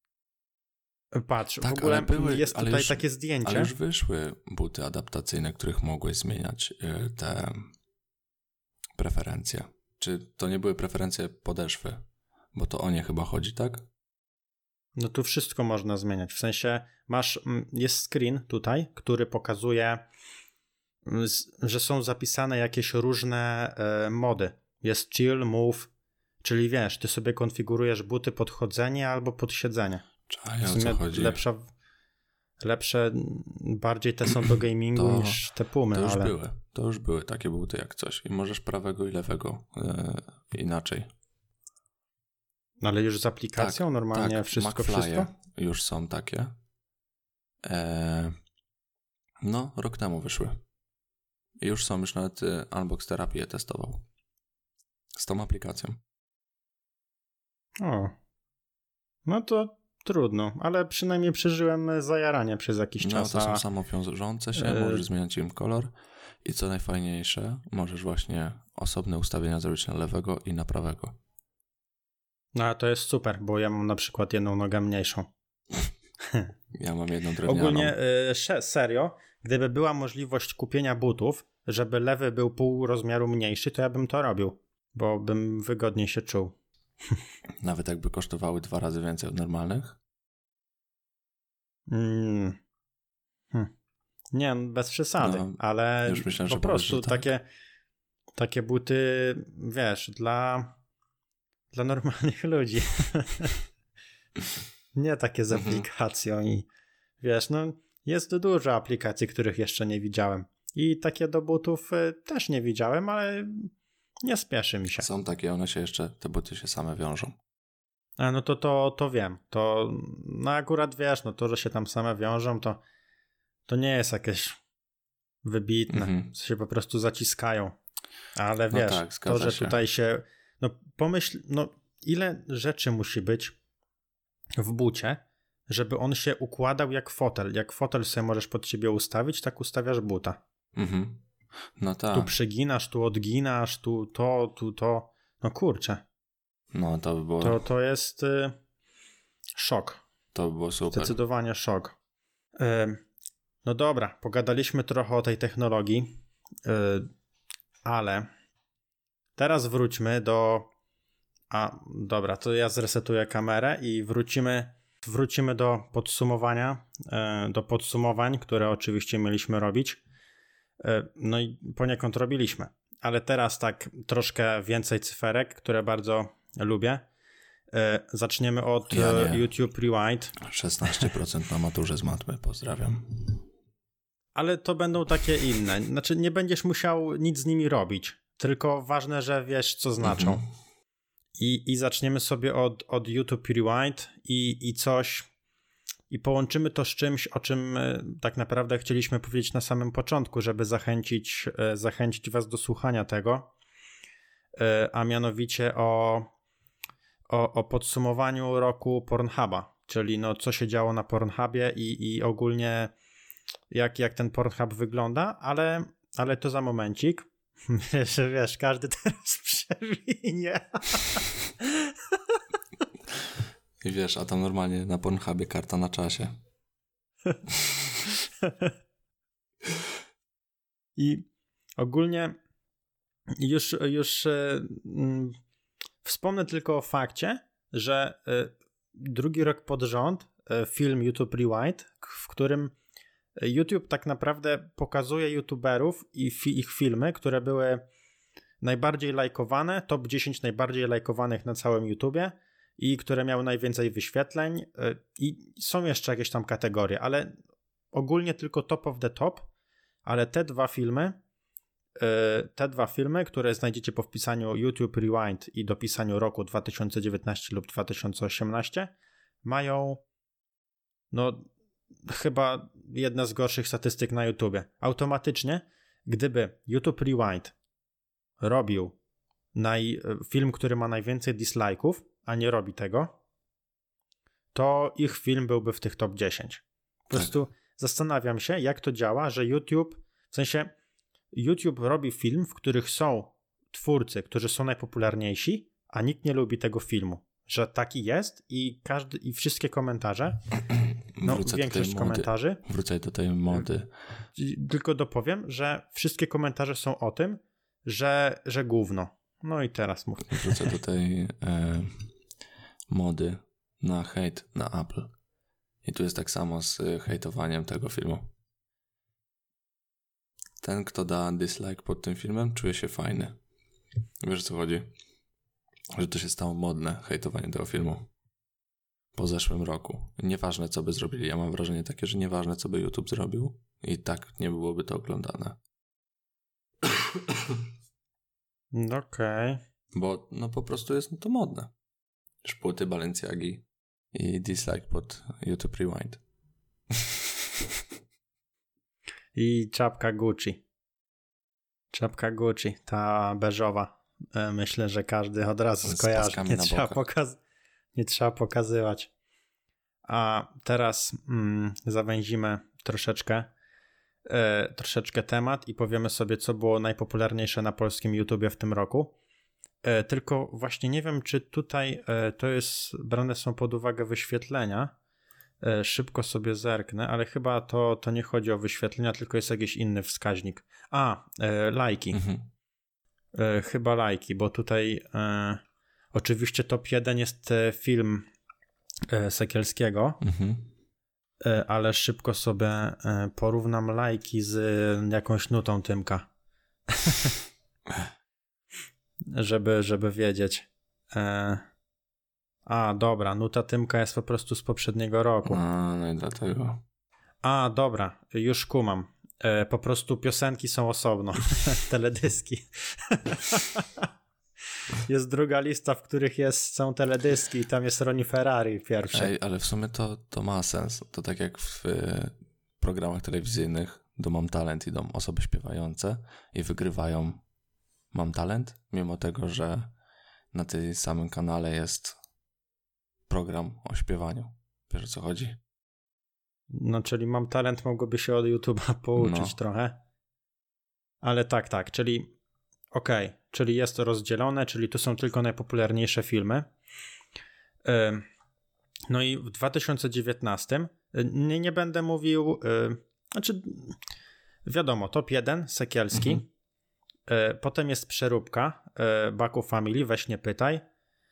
Patrz, tak, w ogóle ale były, jest tutaj już, takie zdjęcie. Ale już wyszły buty adaptacyjne, których mogłeś zmieniać te preferencje. Czy to nie były preferencje podeszwy? Bo to o nie chyba chodzi, tak? No tu wszystko można zmieniać. W sensie masz, jest screen tutaj, który pokazuje, że są zapisane jakieś różne mody. Jest chill, move, czyli wiesz, ty sobie konfigurujesz buty pod chodzenie albo pod siedzenie. Czaja, w sumie o co chodzi? Lepsza, lepsze, bardziej te są do gamingu to, niż te Pumy. To już ale... były, to już były takie buty jak coś. I możesz prawego i lewego yy, inaczej. Ale już z aplikacją tak, normalnie tak, wszystko, wszystko? Już są takie. E, no, rok temu wyszły. I już są, już nawet y, Unbox Therapy je testował. Z tą aplikacją. O. No to trudno, ale przynajmniej przeżyłem zajaranie przez jakiś no, czas. No to są samowiążące się, e... możesz zmieniać im kolor i co najfajniejsze, możesz właśnie osobne ustawienia zrobić na lewego i na prawego. No a to jest super, bo ja mam na przykład jedną nogę mniejszą. Ja mam jedną drewnianą. Ogólnie y, serio, gdyby była możliwość kupienia butów, żeby lewy był pół rozmiaru mniejszy, to ja bym to robił, bo bym wygodniej się czuł. Nawet jakby kosztowały dwa razy więcej od normalnych? Mm. Hm. Nie, bez przesady, no, ale już myślałem, po prostu tak. takie, takie buty, wiesz, dla, dla normalnych ludzi. Nie takie z aplikacją mhm. i wiesz, no jest dużo aplikacji, których jeszcze nie widziałem. I takie do butów też nie widziałem, ale nie spieszy mi się. Są takie, one się jeszcze, te buty się same wiążą. A no to, to, to wiem. To no akurat wiesz, no to, że się tam same wiążą, to, to nie jest jakieś wybitne. Mhm. Się po prostu zaciskają. Ale wiesz, no tak, to, że się. Tutaj się... No pomyśl, no ile rzeczy musi być w bucie, żeby on się układał jak fotel. Jak fotel sobie możesz pod siebie ustawić, tak ustawiasz buta. Mhm. No tak. Tu przyginasz, tu odginasz, tu to, tu to. No kurczę. No to by było... To, to jest y, szok. To by było super. Zdecydowanie szok. Y, no dobra, pogadaliśmy trochę o tej technologii, y, ale teraz wróćmy do... A, dobra, to ja zresetuję kamerę i wrócimy, wrócimy do podsumowania, y, do podsumowań, które oczywiście mieliśmy robić. Y, no i poniekąd robiliśmy. Ale teraz tak troszkę więcej cyferek, które bardzo lubię. Zaczniemy od ja YouTube Rewind. szesnaście procent na maturze z matmy, pozdrawiam. Ale to będą takie inne. Znaczy nie będziesz musiał nic z nimi robić, tylko ważne, że wiesz, co znaczą. Mhm. I, I zaczniemy sobie od, od YouTube Rewind i, i coś, i połączymy to z czymś, o czym tak naprawdę chcieliśmy powiedzieć na samym początku, żeby zachęcić, zachęcić was do słuchania tego, a mianowicie o O, o podsumowaniu roku Pornhuba, czyli no co się działo na Pornhubie i, i ogólnie jak, jak ten Pornhub wygląda, ale, ale to za momencik. Wiesz, wiesz, każdy teraz przewinie. I wiesz, a tam normalnie na Pornhubie karta na czasie. I ogólnie już, już mm, wspomnę tylko o fakcie, że y, drugi rok pod rząd y, film YouTube Rewind, w którym YouTube tak naprawdę pokazuje youtuberów i fi- ich filmy, które były najbardziej lajkowane, top dziesięć najbardziej lajkowanych na całym YouTubie i które miały najwięcej wyświetleń y, i są jeszcze jakieś tam kategorie, ale ogólnie tylko top of the top, ale te dwa filmy Te dwa filmy, które znajdziecie po wpisaniu YouTube Rewind i dopisaniu roku dwa tysiące dziewiętnasty lub dwa tysiące osiemnasty, mają no chyba jedna z gorszych statystyk na YouTubie. Automatycznie, gdyby YouTube Rewind robił naj, film, który ma najwięcej dislike'ów, a nie robi tego, to ich film byłby w tych top dziesięć. Po prostu tak. Zastanawiam się, jak to działa, że YouTube, w sensie YouTube robi film, w których są twórcy, którzy są najpopularniejsi, a nikt nie lubi tego filmu. Że taki jest i każdy i wszystkie komentarze, no Wrócę większość komentarzy. Wrócę do tej mody. Tylko dopowiem, że wszystkie komentarze są o tym, że, że gówno. No i teraz mów. Wrócę do tej e, mody na hejt na Apple. I tu jest tak samo z hejtowaniem tego filmu. Ten, kto da dislike pod tym filmem, czuje się fajny. Wiesz, o co chodzi? Że to się stało modne, hejtowanie tego filmu. Po zeszłym roku. Nieważne, co by zrobili. Ja mam wrażenie takie, że nieważne, co by YouTube zrobił, i tak nie byłoby to oglądane. Okej. Okay. Bo no po prostu jest to modne. Szpłyty Balenciagi i dislike pod YouTube Rewind. I czapka Gucci. Czapka Gucci, ta beżowa. Myślę, że każdy od razu skojarzy. Nie trzeba, pokaz- nie trzeba pokazywać. A teraz mm, zawęzimy troszeczkę, e, troszeczkę temat i powiemy sobie, co było najpopularniejsze na polskim YouTubie w tym roku. E, tylko właśnie nie wiem, czy tutaj e, to jest, brane są pod uwagę wyświetlenia. E, szybko sobie zerknę, ale chyba to, to nie chodzi o wyświetlenia, tylko jest jakiś inny wskaźnik. A, e, lajki. Mhm. E, chyba lajki, bo tutaj e, oczywiście top jeden jest film e, Sekielskiego. Mhm. ale szybko sobie porównam lajki z jakąś nutą Tymka. żeby, żeby wiedzieć. A, dobra, nuta Tymka jest po prostu z poprzedniego roku. A, no i dlatego. A, dobra, już kumam. Po prostu piosenki są osobno. Teledyski. Jest druga lista, w których jest, są teledyski i tam jest Ronnie Ferrari pierwszy. Ej, ale w sumie to, to ma sens. To tak jak w programach telewizyjnych do Mam Talent idą osoby śpiewające i wygrywają Mam Talent, mimo tego, że na tym samym kanale jest program o śpiewaniu. Wiesz, o co chodzi? No, czyli Mam Talent mogłoby się od YouTube'a pouczyć no. trochę. Ale tak, tak, czyli okej, okay, czyli jest to rozdzielone, czyli tu są tylko najpopularniejsze filmy. No i w dwa tysiące dziewiętnastym nie, nie będę mówił, znaczy wiadomo, top jeden, Sekielski, mhm. Potem jest Przeróbka, Baku Family, Weź nie pytaj.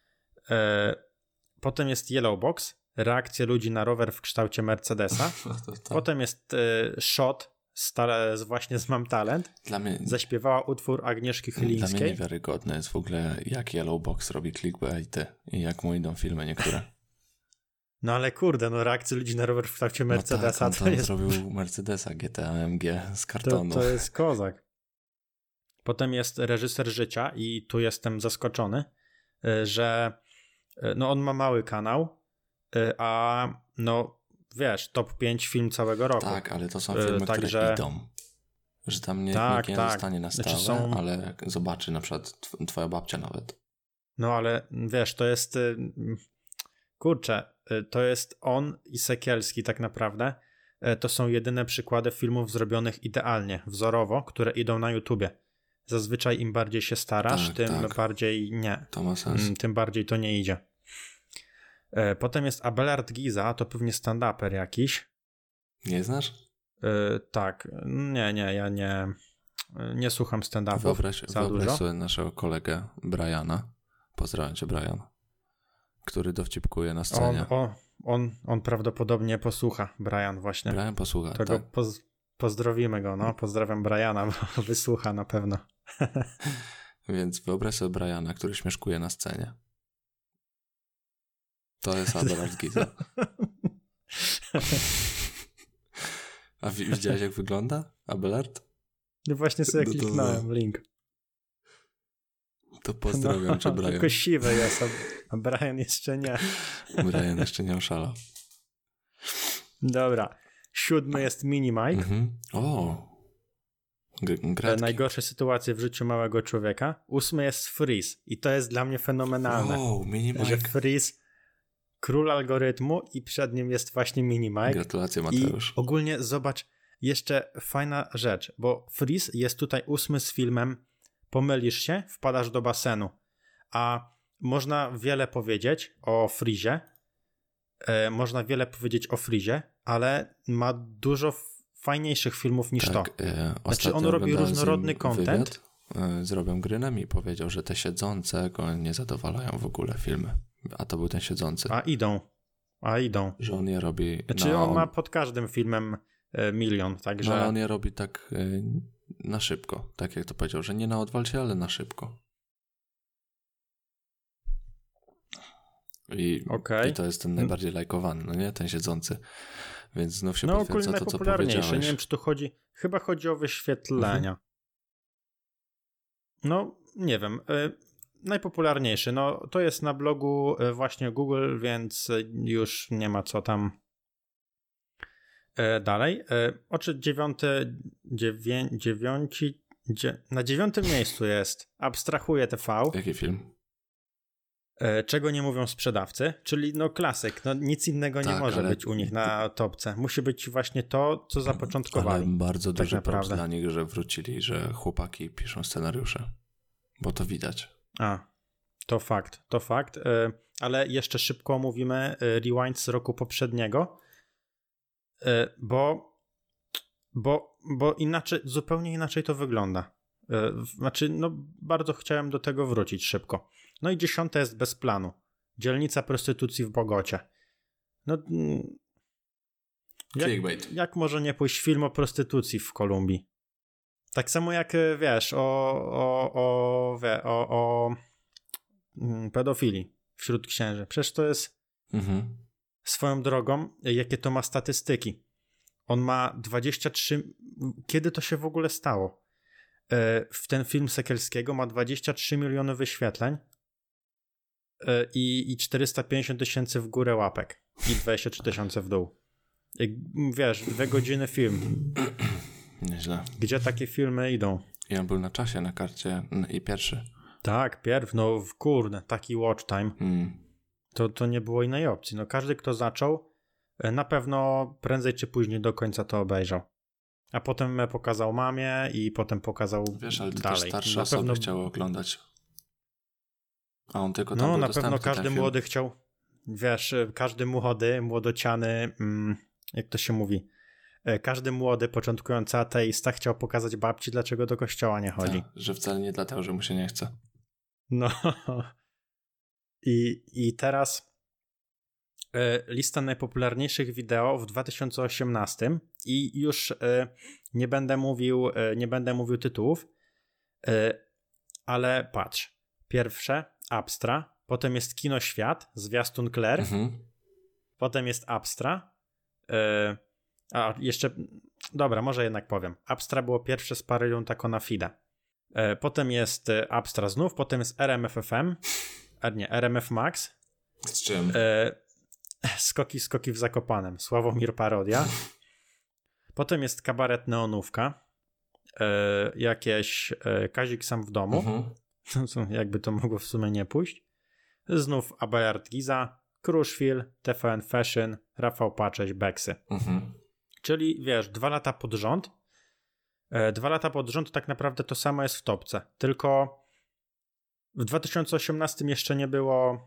Potem jest Yellow Box, reakcja ludzi na rower w kształcie Mercedesa. Potem jest Shot, stale, właśnie z Mam Talent. Dla mnie, zaśpiewała utwór Agnieszki Chylińskiej. Dla mnie niewiarygodne jest w ogóle, jak Yellow Box robi clickbaity i jak mu idą filmy niektóre. No ale kurde, no reakcje ludzi na rower w kształcie Mercedesa. No tak, on to jest... zrobił Mercedesa G T A M G z kartonu. To, to jest kozak. Potem jest Reżyser życia i tu jestem zaskoczony, że no on ma mały kanał, a no wiesz, top pięć film całego roku. Tak, ale to są filmy, tak, które że... idą. Że tam nie, tak, nikt nie tak. zostanie na stałe, znaczy są... ale zobaczy na przykład tw- twoja babcia nawet. No ale wiesz, to jest kurczę, to jest on i Sekielski tak naprawdę. To są jedyne przykłady filmów zrobionych idealnie, wzorowo, które idą na YouTubie. Zazwyczaj im bardziej się starasz, tak, tym tak. bardziej nie. To ma sens. Tym bardziej to nie idzie. Potem jest Abelard Giza, to pewnie stand-uper jakiś. Nie znasz? Yy, tak. Nie, nie, ja nie nie słucham stand-upów wyobraź, za wyobraź dużo. sobie naszego kolegę Briana. Pozdrawiam cię, Brian. Który dowcipkuje na scenie. On, on, on, on prawdopodobnie posłucha, Brian właśnie. Brian posłucha, to tak. Go poz, pozdrowimy go, no. Pozdrawiam Briana, bo wysłucha na pewno. Więc wyobraź sobie Briana, który śmieszkuje na scenie. To jest Abelard Giza. A widziałeś, jak wygląda Abelard? No właśnie sobie no kliknąłem no. link. To pozdrawiam no, cię, Brian. Tylko siwy jest, a Brian jeszcze nie. Brian jeszcze nie oszalał. Dobra. Siódmy jest Mini Mike. Mhm. O. G- Najgorsze sytuacje w życiu małego człowieka. Ósmy jest Freeze. I to jest dla mnie fenomenalne. O, Mini Mike. Że Freeze, król algorytmu i przed nim jest właśnie Mini Mike. Gratulacje, Mateusz. I ogólnie zobacz, jeszcze fajna rzecz, bo Freeze jest tutaj ósmy z filmem Pomylisz się, wpadasz do basenu. A można wiele powiedzieć o Freezie, e, można wiele powiedzieć o Freezie, ale ma dużo fajniejszych filmów niż tak, to. E, znaczy on robi różnorodny content. E, zrobią Grynem i powiedział, że te siedzące go nie zadowalają w ogóle filmy. A to był ten siedzący. A idą. A idą. Że on je robi... Znaczy on ma pod każdym filmem e, milion, także... No ale on je robi tak... E, na szybko, tak jak to powiedział, że nie na odwalcie, ale na szybko. I, okay. i to jest ten najbardziej lajkowany, no nie? Ten siedzący. Więc znów się no, potwierdza to, co powiedziałeś. Nie wiem, czy tu chodzi, chyba chodzi o wyświetlenia. Mhm. No, nie wiem. Y, najpopularniejszy, no to jest na blogu właśnie Google, więc już nie ma co tam dalej. Oczy dziewiąty, dziewię, dziewiąci, dzie, na dziewiątym miejscu jest Abstrahuję T V. Jaki film? Czego nie mówią sprzedawcy, czyli no klasyk, no nic innego tak, nie może być u nich na topce. Musi być właśnie to, co zapoczątkowali. Ale bardzo duży tak props dla nich, że wrócili, że chłopaki piszą scenariusze, bo to widać. A, to fakt, to fakt, ale jeszcze szybko omówimy Rewind z roku poprzedniego, Bo, bo, bo inaczej, zupełnie inaczej to wygląda. Znaczy, no bardzo chciałem do tego wrócić szybko. No i dziesiąte jest Bez planu. Dzielnica prostytucji w Bogocie. No, Clickbait. Jak, jak może nie pójść film o prostytucji w Kolumbii? Tak samo jak, wiesz, o, o, o, wie, o, o pedofilii wśród księży. Przecież to jest mhm. swoją drogą, jakie to ma statystyki. On ma dwadzieścia trzy... Kiedy to się w ogóle stało? W ten film Sekielskiego ma dwadzieścia trzy miliony wyświetleń i, i czterysta pięćdziesiąt tysięcy w górę łapek i dwadzieścia trzy tysiące w dół. Jak, wiesz, dwie godziny film. Nieźle. Gdzie takie filmy idą? I on był na czasie, na karcie i pierwszy. Tak, pierw, no kurde, taki watch time. Hmm. To, to nie było innej opcji. No każdy, kto zaczął, na pewno prędzej czy później do końca to obejrzał. A potem pokazał mamie i potem pokazał Wiesz, ale to dalej. też starsze na osoby pewno... chciały oglądać. A on tylko tam No, był na pewno każdy młody film. chciał, wiesz, każdy młody, młodociany, mm, jak to się mówi, każdy młody, początkujący ateista chciał pokazać babci, dlaczego do kościoła nie chodzi. Tak, że wcale nie dlatego, że mu się nie chce. No. I, i teraz y, lista najpopularniejszych wideo w dwa tysiące osiemnastym i już y, nie będę mówił, y, nie będę mówił tytułów, y, ale patrz. Pierwsze Abstra, potem jest Kino Świat, zwiastun Claire, mhm. potem jest Abstra, y, a jeszcze, dobra, może jednak powiem. Abstra było pierwsze z parylią tako na fide. Y, potem jest Abstra znów, potem jest R M F F M, a nie, R M F Max. Z czym? Y, skoki, skoki w Zakopanem, Sławomir Parodia. Potem jest Kabaret Neonówka, y, jakieś y, Kazik sam w domu. Mhm. Jakby to mogło w sumie nie pójść. Znów Abelard Giza, Kruszwil, T V N Fashion, Rafał Pacześ, Beksy. Mhm. Czyli wiesz, dwa lata pod rząd. E, dwa lata pod rząd tak naprawdę to samo jest w topce. Tylko w dwa tysiące osiemnastym jeszcze nie było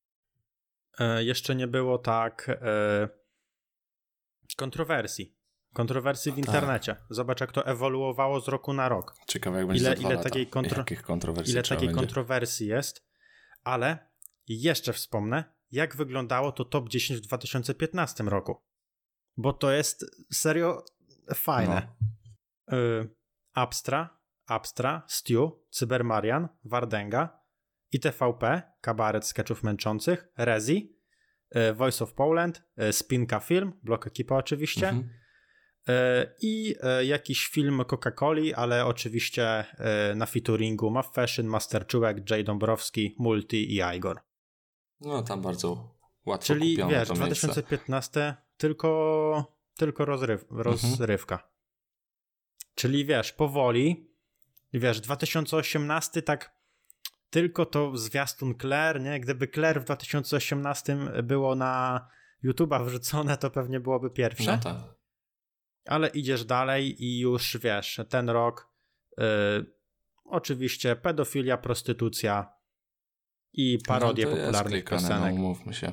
e, jeszcze nie było tak e, kontrowersji. Kontrowersji w internecie. Zobacz, jak to ewoluowało z roku na rok. Ciekawe, jak będzie ile, za dwa ile lata. takiej kontro... Jakich kontrowersji Ile takiej będzie. kontrowersji jest. Ale jeszcze wspomnę, jak wyglądało to top dziesięć w dwa tysiące piętnastym roku. Bo to jest serio fajne. No. Y, Abstra, Abstra, Stew, Cybermarian, Wardenga, I T V P, Kabaret skeczów męczących, Rezi, y, Voice of Poland, y, Spinka Film, Blok Ekipa oczywiście, mhm. y, i y, jakiś film Coca-Coli, ale oczywiście y, na featuringu Mav Fashion, Master Czułek, Jay Dąbrowski, Multi i Igor. No tam bardzo łatwo Czyli kupione wiesz, to dwa tysiące piętnasty tylko, tylko rozryw, rozrywka. Mhm. Czyli wiesz, powoli, wiesz, dwa tysiące osiemnasty tak tylko to zwiastun Claire, nie? Gdyby Claire w dwa tysiące osiemnastym było na YouTube'a wrzucone, to pewnie byłoby pierwsze. No tak. Ale idziesz dalej i już wiesz, ten rok yy, oczywiście pedofilia, prostytucja i parodie no popularnych piosenek. No, umówmy się.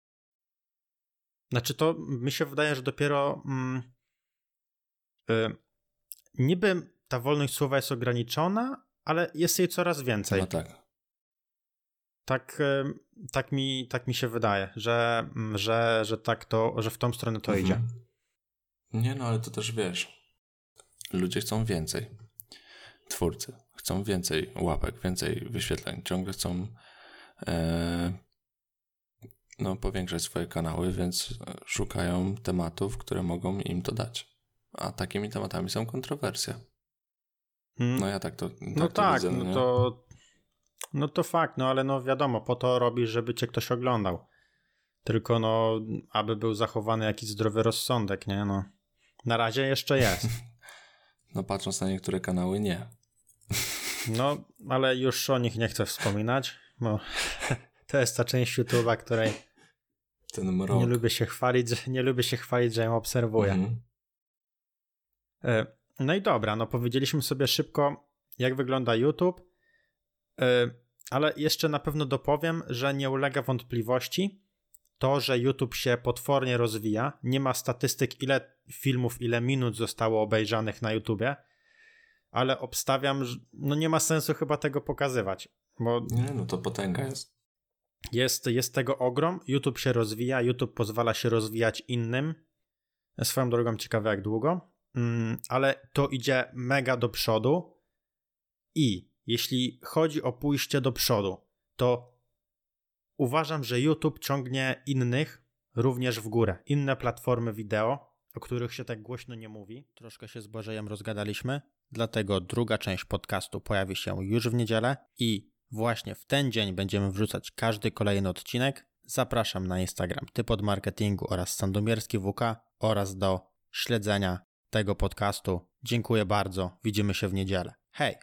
Znaczy to mi się wydaje, że dopiero mm, yy, niby ta wolność słowa jest ograniczona, ale jest jej coraz więcej. No tak. Tak, yy, tak, mi, tak mi się wydaje, że, że, że tak to, że w tą stronę to mhm. idzie. Nie no, ale to też wiesz, ludzie chcą więcej. Twórcy chcą więcej łapek, więcej wyświetleń. Ciągle chcą e, no, powiększać swoje kanały, więc szukają tematów, które mogą im to dać. A takimi tematami są kontrowersje. Hmm. No ja tak to tak No to tak, widzę, no, no to no to fakt, no ale no wiadomo, po to robisz, żeby cię ktoś oglądał. Tylko no, aby był zachowany jakiś zdrowy rozsądek, nie? No. Na razie jeszcze jest. No patrząc na niektóre kanały, nie. No, ale już o nich nie chcę wspominać, bo to jest ta część YouTube'a, której ten mrok. Nie lubię się chwalić, że, nie lubię się chwalić, że ją obserwuję. Mhm. No i dobra, no powiedzieliśmy sobie szybko, jak wygląda YouTube, ale jeszcze na pewno dopowiem, że nie ulega wątpliwości to, że YouTube się potwornie rozwija. Nie ma statystyk, ile filmów, ile minut zostało obejrzanych na YouTubie, ale obstawiam, że no nie ma sensu chyba tego pokazywać. Bo nie, no to potęga jest. Jest, jest tego ogrom. YouTube się rozwija, YouTube pozwala się rozwijać innym. Swoją drogą ciekawe jak długo, ale to idzie mega do przodu i jeśli chodzi o pójście do przodu, to uważam, że YouTube ciągnie innych również w górę. Inne platformy wideo, o których się tak głośno nie mówi. Troszkę się z Błażejem rozgadaliśmy, dlatego druga część podcastu pojawi się już w niedzielę i właśnie w ten dzień będziemy wrzucać każdy kolejny odcinek. Zapraszam na Instagram Typ od Marketingu oraz Sandomierski W K oraz do śledzenia tego podcastu. Dziękuję bardzo. Widzimy się w niedzielę. Hej!